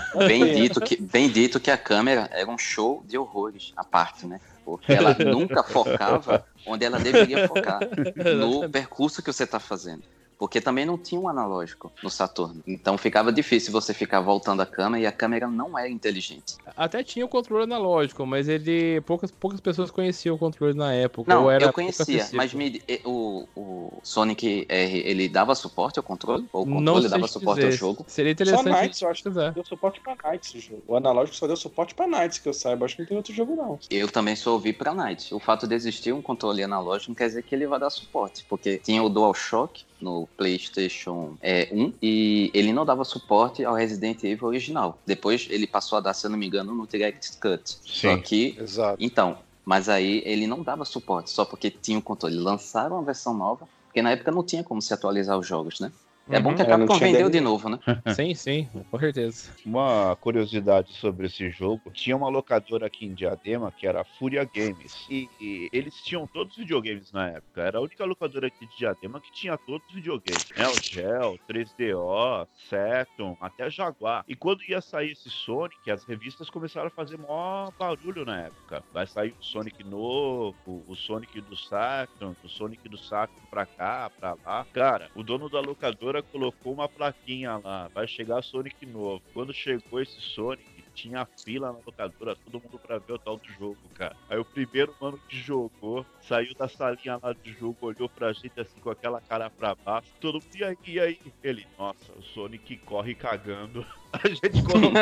Bem dito que a câmera era um show de horrores à parte, né? Porque ela nunca focava onde ela deveria focar, no percurso que você está fazendo. Porque também não tinha um analógico no Saturno. Então ficava difícil você ficar voltando a câmera, e a câmera não era inteligente. Até tinha o controle analógico, mas poucas pessoas conheciam o controle na época. Não, eu conhecia, mas o Sonic R, ele dava suporte ao controle? Ou o controle dava suporte ao jogo? Seria interessante. Só Knights, eu acho que deu suporte pra Knights o jogo. O analógico só deu suporte pra Knights, que eu saiba. Acho que não tem outro jogo, não. Eu também só ouvi pra Knights. O fato de existir um controle analógico não quer dizer que ele vai dar suporte, porque tinha o DualShock no PlayStation 1, e ele não dava suporte ao Resident Evil original. Depois ele passou a dar, se eu não me engano, no Director's Cut. Sim, só que, exato. Então, mas aí ele não dava suporte, só porque tinha o controle. Lançaram uma versão nova, porque na época não tinha como se atualizar os jogos, né? É bom que a Capcom vendeu de novo, né? Sim, com certeza. Uma curiosidade sobre esse jogo, tinha uma locadora aqui em Diadema que era a Fúria Games, e eles tinham todos os videogames na época. Era a única locadora aqui de Diadema que tinha todos os videogames. Neo Geo, 3DO, Saturn, até Jaguar. E quando ia sair esse Sonic, as revistas começaram a fazer maior barulho na época. Vai sair o Sonic novo, o Sonic do Saturn, o Sonic do Saturn pra cá, pra lá. Cara, o dono da locadora colocou uma plaquinha lá, vai chegar Sonic novo. Quando chegou esse Sonic, tinha fila na locadora, todo mundo pra ver o tal do jogo, cara. Aí o primeiro mano que jogou, saiu da salinha lá do jogo, olhou pra gente assim com aquela cara pra baixo, todo mundo, e aí? Ele, nossa, o Sonic corre cagando. A gente colocou,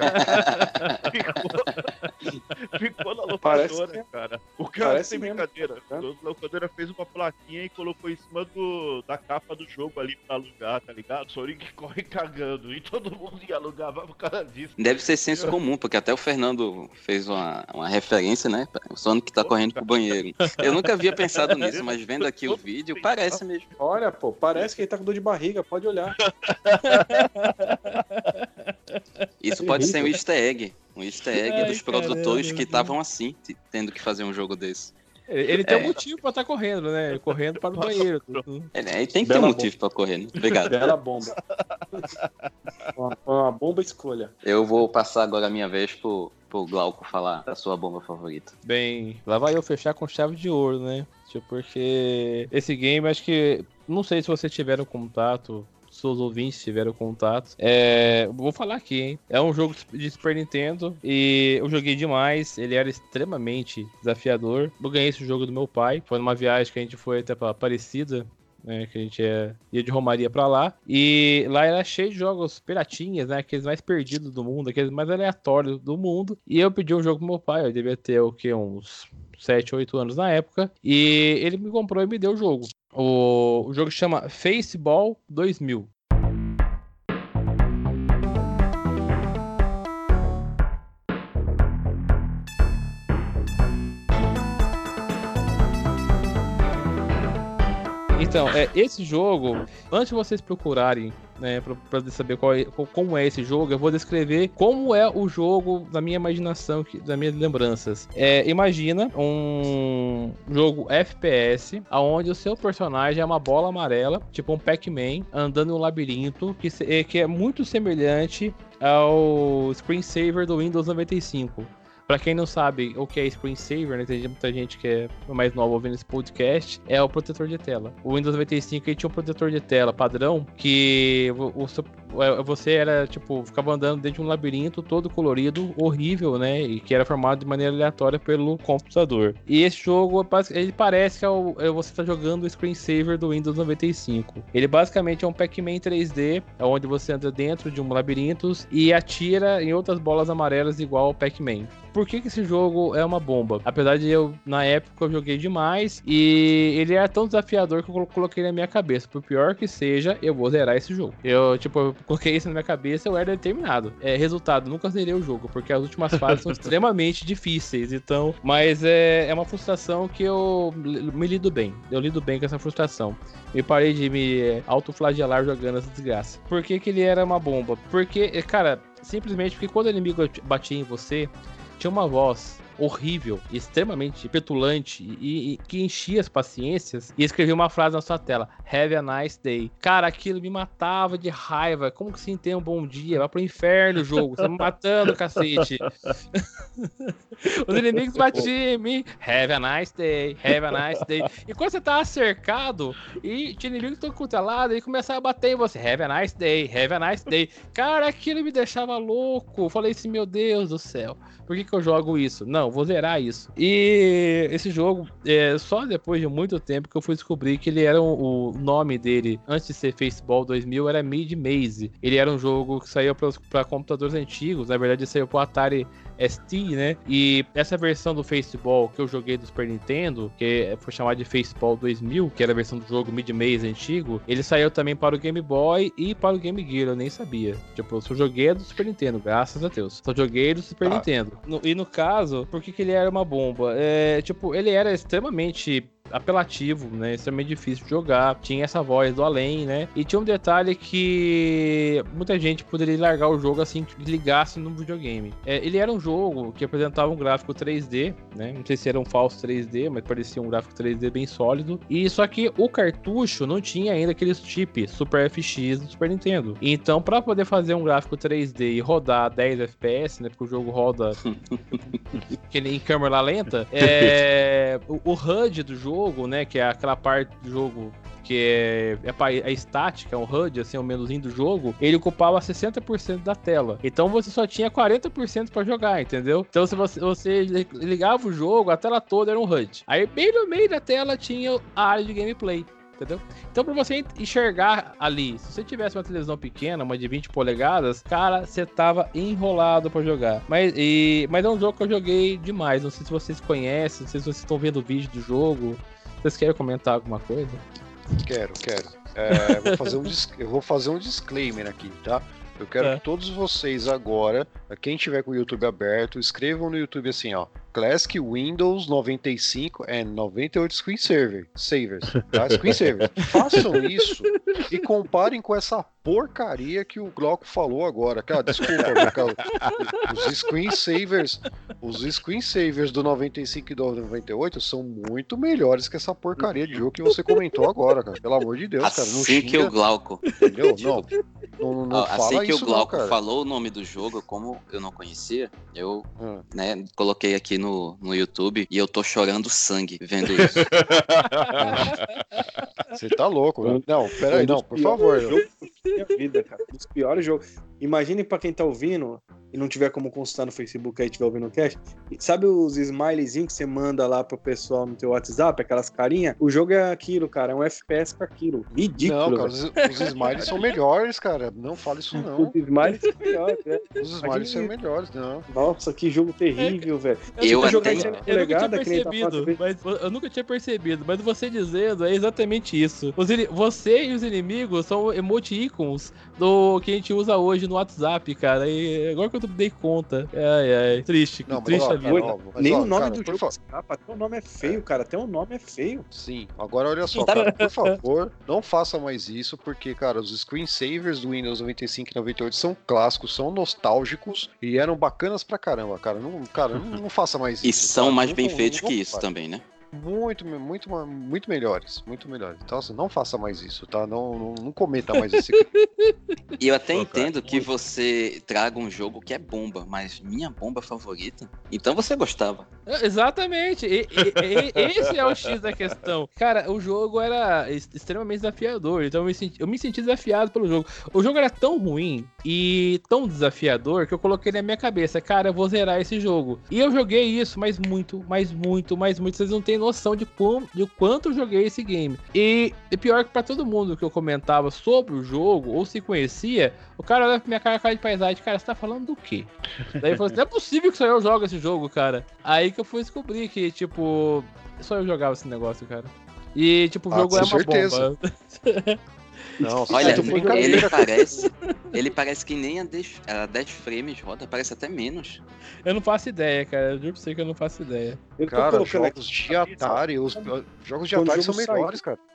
ficou na locadora, cara. O cara, sem brincadeira, a locadora fez uma plaquinha e colocou em cima da capa do jogo ali pra alugar, tá ligado? Sonic corre cagando, e todo mundo ia alugar por causa disso. Deve ser senso comum, porque até o Fernando fez uma referência, né? O Sonic tá correndo pro banheiro. Eu nunca havia pensado nisso, mas vendo aqui o vídeo, parece mesmo. Olha, pô, parece que ele tá com dor de barriga, pode olhar. Isso pode ser um easter egg. Um easter egg dos produtores que estavam assim, tendo que fazer um jogo desse. Ele tem um motivo pra estar correndo, né? Correndo para o banheiro. Ele tem que ter um motivo pra correr, né? Obrigado. Bela bomba. Uma bomba escolha. Eu vou passar agora a minha vez pro pro Glauco falar a sua bomba favorita. Bem, lá vai eu fechar com chave de ouro, né? Tipo, porque esse game, acho que... Não sei se vocês tiveram contato... Seus ouvintes tiveram contato. Vou falar aqui, hein? É um jogo de Super Nintendo e eu joguei demais. Ele era extremamente desafiador. Eu ganhei esse jogo do meu pai. Foi numa viagem que a gente foi até pra Aparecida, né? Que a gente ia de Romaria pra lá. E lá era cheio de jogos piratinhas, né? Aqueles mais perdidos do mundo, aqueles mais aleatórios do mundo. E eu pedi um jogo pro meu pai. Eu devia ter o quê? Uns 7, 8 anos na época. E ele me comprou e me deu o jogo. O jogo chama Faceball 2000. Então, esse jogo, antes de vocês procurarem, né, pra saber como é esse jogo, eu vou descrever como é o jogo da minha imaginação, das minhas lembranças. Imagina um jogo FPS, onde o seu personagem é uma bola amarela, tipo um Pac-Man, andando em um labirinto, que é muito semelhante ao screensaver do Windows 95. Pra quem não sabe o que é screensaver, né, tem muita gente que é mais nova ouvindo esse podcast, é o protetor de tela. O Windows 95 ele tinha um protetor de tela padrão que você era, tipo, ficava andando dentro de um labirinto todo colorido, horrível, né, e que era formado de maneira aleatória pelo computador. E esse jogo, ele parece que você tá jogando o screensaver do Windows 95. Ele basicamente é um Pac-Man 3D, onde você anda dentro de um labirinto e atira em outras bolas amarelas igual ao Pac-Man. Por que esse jogo é uma bomba? Apesar de na época, eu joguei demais e ele era tão desafiador que eu coloquei na minha cabeça. Por pior que seja, eu vou zerar esse jogo. Eu coloquei isso na minha cabeça, eu era determinado. Resultado, nunca zerei o jogo, porque as últimas fases são extremamente difíceis. Então, mas é uma frustração que eu me lido bem. Eu lido bem com essa frustração. Eu parei de me autoflagelar jogando essa desgraça. Por que ele era uma bomba? Porque, cara, simplesmente porque quando o inimigo batia em você, tinha uma voz horrível, extremamente petulante e que enchia as paciências e escrevia uma frase na sua tela: Have a nice day. Cara, aquilo me matava de raiva. Como que você tem um bom dia? Vai pro inferno, jogo. Você tá me matando, cacete. Os inimigos batiam em mim. Have a nice day. Have a nice day. E quando você tava cercado e tinha inimigos todo quanto é lado, ele começava a bater em você. Have a nice day. Have a nice day. Cara, aquilo me deixava louco. Eu falei assim, meu Deus do céu. Por que eu jogo isso? Não, vou zerar isso. E esse jogo, só depois de muito tempo que eu fui descobrir que ele era o nome dele, antes de ser Faceball 2000, era Mid Maze. Ele era um jogo que saiu para computadores antigos, na verdade saiu pro Atari ST, né? E essa versão do Faceball que eu joguei do Super Nintendo, que foi chamada de Faceball 2000, que era a versão do jogo Mid Maze antigo, ele saiu também para o Game Boy e para o Game Gear, eu nem sabia. Tipo, eu só joguei do Super Nintendo, graças a Deus. Só joguei do Super Nintendo. E no caso, por que ele era uma bomba? Ele era extremamente apelativo, né? Extremamente difícil de jogar. Tinha essa voz do além, né? E tinha um detalhe que muita gente poderia largar o jogo assim que ligasse no videogame. Ele era um jogo que apresentava um gráfico 3D, né? Não sei se era um falso 3D, mas parecia um gráfico 3D bem sólido. E só que o cartucho não tinha ainda aqueles chips Super FX do Super Nintendo. Então, para poder fazer um gráfico 3D e rodar 10 FPS, né? Porque o jogo roda em câmera lenta, o HUD do jogo, né, que é aquela parte do jogo que é estática, um HUD, assim, o menuzinho do jogo, ele ocupava 60% da tela. Então você só tinha 40% para jogar, entendeu? Então se você ligava o jogo, a tela toda era um HUD. Aí bem no meio da tela tinha a área de gameplay. Entendeu? Então, pra você enxergar ali, se você tivesse uma televisão pequena, uma de 20 polegadas, cara, você tava enrolado pra jogar. Mas é um jogo que eu joguei demais. Não sei se vocês conhecem, não sei se vocês estão vendo o vídeo do jogo. Vocês querem comentar alguma coisa? Quero. Eu vou fazer um disclaimer aqui, tá? Eu quero que todos vocês agora, quem tiver com o YouTube aberto, escrevam no YouTube assim, ó, Classic Windows 95 and 98 Screensavers, tá? Screensavers. Façam isso e comparem com essa porcaria que o Glauco falou agora. Cara, desculpa, os screensavers do 95 e do 98 são muito melhores que essa porcaria de jogo que você comentou agora, cara. Pelo amor de Deus, cara. Não assim que o Glauco. Entendeu? Não. Não Assim fala que isso o Glauco não, cara. falou o nome do jogo, como eu não conhecia, eu coloquei aqui no YouTube e eu tô chorando sangue vendo isso. Você tá louco, velho. Não, peraí, não, por favor. Jogo da minha vida, cara. Um dos piores jogos. Imagine pra quem tá ouvindo e não tiver como consultar no Facebook aí, tiver ouvindo o cast. Sabe os smilezinhos que você manda lá pro pessoal no teu WhatsApp, aquelas carinhas? O jogo é aquilo, cara. É um FPS com aquilo. Ridículo. Não, cara, os smiles são melhores, cara. Não fala isso, não. Os smiles são melhores, né? Os smiles são melhores, não. Nossa, que jogo terrível, velho. Eu Você jogar até- em 100 Eu nunca tinha polegadas, que nem tá percebido, falando, mas eu nunca tinha percebido, mas você dizendo é exatamente isso. Você e os inimigos são emoticons do que a gente usa hoje no WhatsApp, cara. E agora que eu dei conta. Ai, triste, Não, mas, triste ó, a vida. cara, ó, mas, Nem ó, o nome cara, do por jogo fa- escapa. Até o nome é feio, cara. Até o nome é feio. Sim, agora olha só, cara, por favor, não faça mais isso, porque, cara, os screensavers do Windows 95 e 98 são clássicos, são nostálgicos e eram bacanas pra caramba, cara. Não faça mais isso. E são cara. mais Não- bem não- feitos não que isso faça. também, né? Muito melhores, muito melhores. Então, assim, não faça mais isso, tá? Não cometa mais esse crime. E eu até Pô, cara, entendo que você traga um jogo que é bomba, mas minha bomba favorita? Então você gostava. Exatamente, esse é o X da questão. Cara, o jogo era extremamente desafiador, então eu me senti desafiado pelo jogo. O jogo era tão ruim e tão desafiador que eu coloquei na minha cabeça, cara, eu vou zerar esse jogo. E eu joguei isso, mas muito, vocês não têm noção de quanto eu joguei esse game. E pior que pra todo mundo que eu comentava sobre o jogo, ou se conhecia, o cara olha pra minha cara de paisagem, cara, você tá falando do quê? Daí eu falei assim, não é possível que só eu jogo esse jogo, cara. Aí que eu fui descobrir que, tipo, só eu jogava esse negócio, cara. E, tipo, o jogo com é uma certeza. bomba. Não, Olha, isso é brincadeira, ele parece que nem a 10 frames roda, parece até menos. Eu não faço ideia, cara. Eu juro pra você que eu não faço ideia. Eu tô cara, colocando jogos de Atari, os jogos de Quando o Atari são jogo saiu. melhores, cara.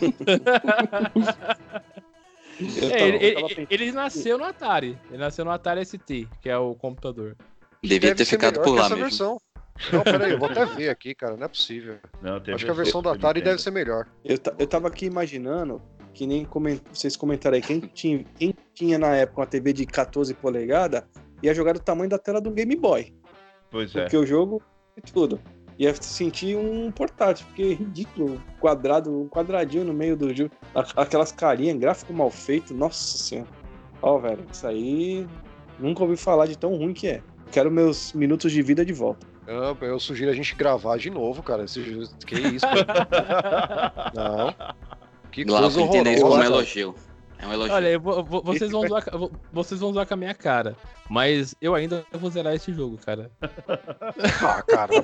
Ele nasceu no Atari. Ele nasceu no Atari ST, que é o computador. Devia Deve ter ser ficado melhor por que lá essa mesmo. versão. Não, peraí, eu vou até ver aqui, cara, não é possível. Não, tem Acho que a versão do Atari deve ser melhor. Eu tava aqui imaginando, que nem vocês comentaram aí, quem tinha na época uma TV de 14 polegadas ia jogar do tamanho da tela do Game Boy. Pois é. Porque o jogo é tudo. Ia sentir um portátil, porque é ridículo. Um quadradinho no meio do jogo. Aquelas carinhas, gráfico mal feito. Nossa senhora. Ó, velho, isso aí nunca ouvi falar de tão ruim que é. Quero meus minutos de vida de volta. Eu sugiro a gente gravar de novo, cara. Que isso, cara? Não. Que Glauco, coisa entenda isso como um horrorosa. elogio. É um elogio. Olha, vocês vão zoar com a minha cara. Mas eu ainda vou zerar esse jogo, cara. Ah, cara.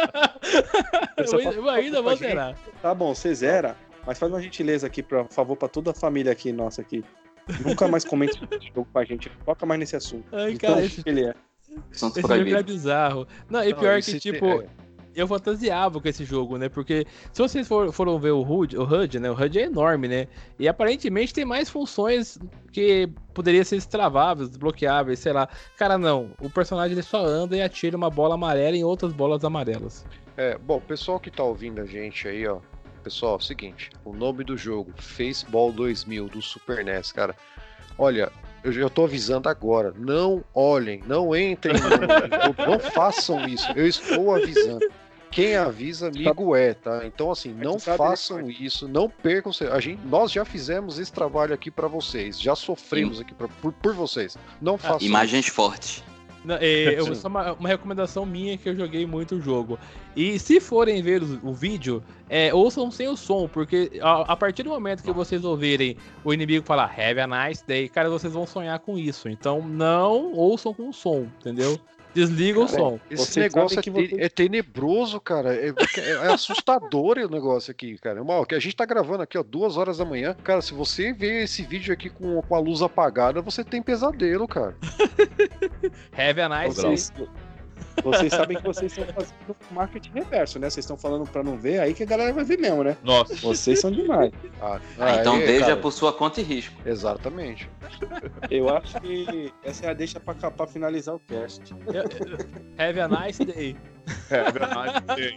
Eu ainda vou zerar. Tá bom, você zera, mas faz uma gentileza aqui, por favor, pra toda a família aqui, nossa aqui. Nunca mais comente esse jogo com a gente. Foca mais nesse assunto. Ai, Então, cara, esse ele é. Assunto jogo é proibido. bizarro. Não, e pior que, tipo, eu fantasiava com esse jogo, né? Porque se vocês foram ver o HUD, né? O HUD é enorme, né? E aparentemente tem mais funções que poderiam ser destraváveis, desbloqueáveis, sei lá. Cara, não. O personagem ele só anda e atira uma bola amarela em outras bolas amarelas. Bom, o pessoal que tá ouvindo a gente aí, ó. Pessoal, é o seguinte, o nome do jogo, Faceball 2000 do Super NES, cara. Olha, eu tô avisando agora, não olhem, não entrem, não façam isso. Eu estou avisando. Quem avisa, amigo tá? Então, assim, não façam isso, não percam. Nós já fizemos esse trabalho aqui pra vocês, já sofremos aqui por vocês. Não façam Imagens fortes. Não, só uma recomendação minha que eu joguei muito o jogo. E se forem ver o vídeo, ouçam sem o som, porque a partir do momento que vocês ouvirem o inimigo falar Have a nice day, cara, vocês vão sonhar com isso. Então não ouçam com o som, entendeu? Desliga o som. Esse Vocês negócio sabem que é tenebroso, cara. É assustador o negócio aqui, cara. Que a gente tá gravando aqui, ó, 2 horas da manhã. Cara, se você ver esse vídeo aqui com a luz apagada, você tem pesadelo, cara. Have a nice day. Vocês sabem que vocês estão fazendo marketing reverso, né? Vocês estão falando pra não ver, aí que a galera vai ver mesmo, né? Nossa. Vocês são demais. Então veja cara, por sua conta e risco. Exatamente. Eu acho que essa é a deixa pra finalizar o cast. Have a nice day. É verdade.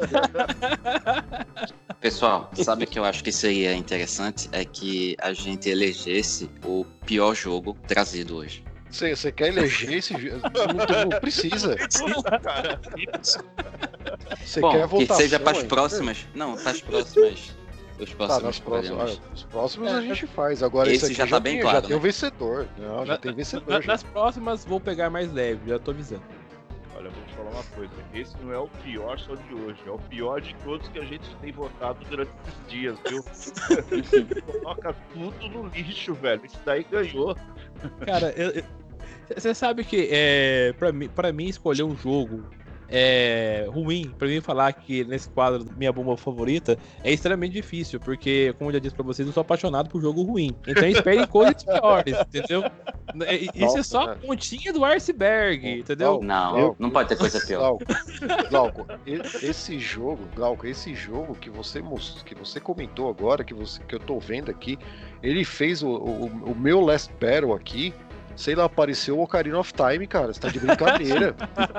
Pessoal, sabe o que eu acho que seria interessante? É que a gente elegesse o pior jogo trazido hoje. Você quer eleger esse jogo? Não precisa. Cara. Você Bom, quer que votação? seja para as aí? próximas. Não, para as próximas. Os Tá, próximos programas. os próximos a gente faz. Agora Esse esse aqui já tá bem claro, já tem né? o vencedor. Não, já tem vencedor. Já. Nas próximas vou pegar mais leve, já tô avisando. Olha, eu vou te falar uma coisa. Esse não é o pior só de hoje. É o pior de todos que a gente tem votado durante esses dias, viu? Coloca tudo no lixo, velho. Isso daí ganhou. Cara, você sabe que pra mim escolher um jogo ruim, pra mim falar que nesse quadro minha bomba favorita é extremamente difícil, porque, como eu já disse pra vocês, eu sou apaixonado por jogo ruim. Então esperem coisas piores, entendeu? Isso é só a pontinha do iceberg, entendeu? Não pode ter coisa pior. Glauco, esse jogo que você comentou agora, que eu tô vendo aqui, ele fez o meu Last Battle aqui. Sei lá, apareceu o Ocarina of Time, cara. Você tá de brincadeira.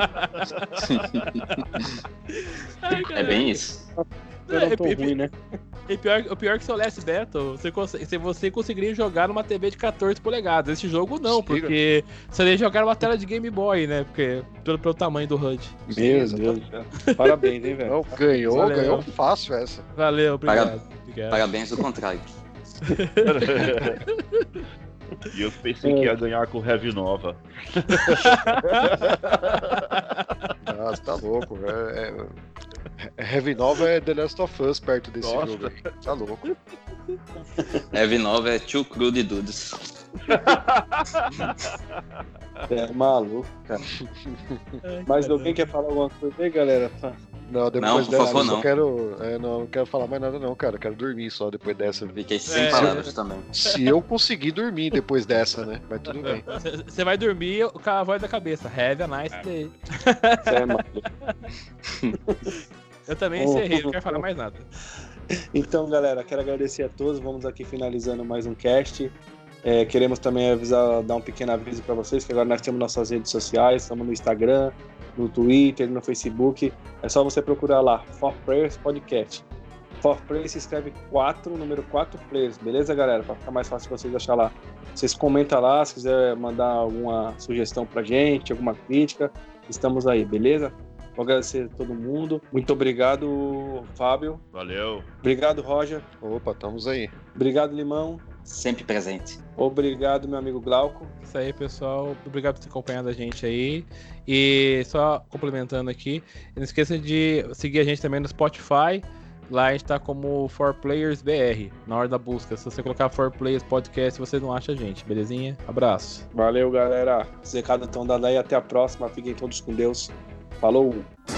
É bem isso. Não tão ruim, né? O pior é que seu Last Battle, você conseguiria jogar numa TV de 14 polegadas. Esse jogo não, porque você ia jogar numa tela de Game Boy, né? Porque pelo tamanho do HUD. Meu Deus. Parabéns, hein, velho? Ganhou fácil essa. Valeu, obrigado. Parabéns do contrário. E eu pensei que ia ganhar com Heavy Nova. Nossa, tá louco, velho. Heavy Nova é The Last of Us perto desse jogo. Tá louco. Heavy Nova é Too Crude Dudes. É maluco, cara. Mas alguém quer falar alguma coisa aí, galera? Não, depois não, por dessa favor, eu não. só quero. Não quero falar mais nada, não, cara. Quero dormir só depois dessa. Fiquei sem palavras também. Se eu conseguir dormir depois dessa, né? Mas tudo bem. Você vai dormir com a voz da cabeça. Have a nice day. É maluco. Eu também encerrei, não quero falar mais nada. Então, galera, quero agradecer a todos. Vamos aqui finalizando mais um cast. Queremos também dar um pequeno aviso para vocês que agora nós temos nossas redes sociais, estamos no Instagram, no Twitter, no Facebook. É só você procurar lá, 4Players Podcast. 4Players se escreve 4, número 4 Players, beleza, galera? Para ficar mais fácil vocês achar lá. Vocês comentam lá, se quiser mandar alguma sugestão pra gente, alguma crítica, estamos aí, beleza? Vou agradecer a todo mundo. Muito obrigado, Fábio. Valeu. Obrigado, Roger. Opa, estamos aí. Obrigado, Limão. Sempre presente. Obrigado, meu amigo Glauco. Isso aí, pessoal. Obrigado por ter acompanhado a gente aí. E só complementando aqui, não esqueça de seguir a gente também no Spotify. Lá a gente tá como 4Players BR, na hora da busca. Se você colocar 4Players Podcast, você não acha a gente, belezinha? Abraço. Valeu, galera. Os recados estão dados aí. Até a próxima. Fiquem todos com Deus. Falou!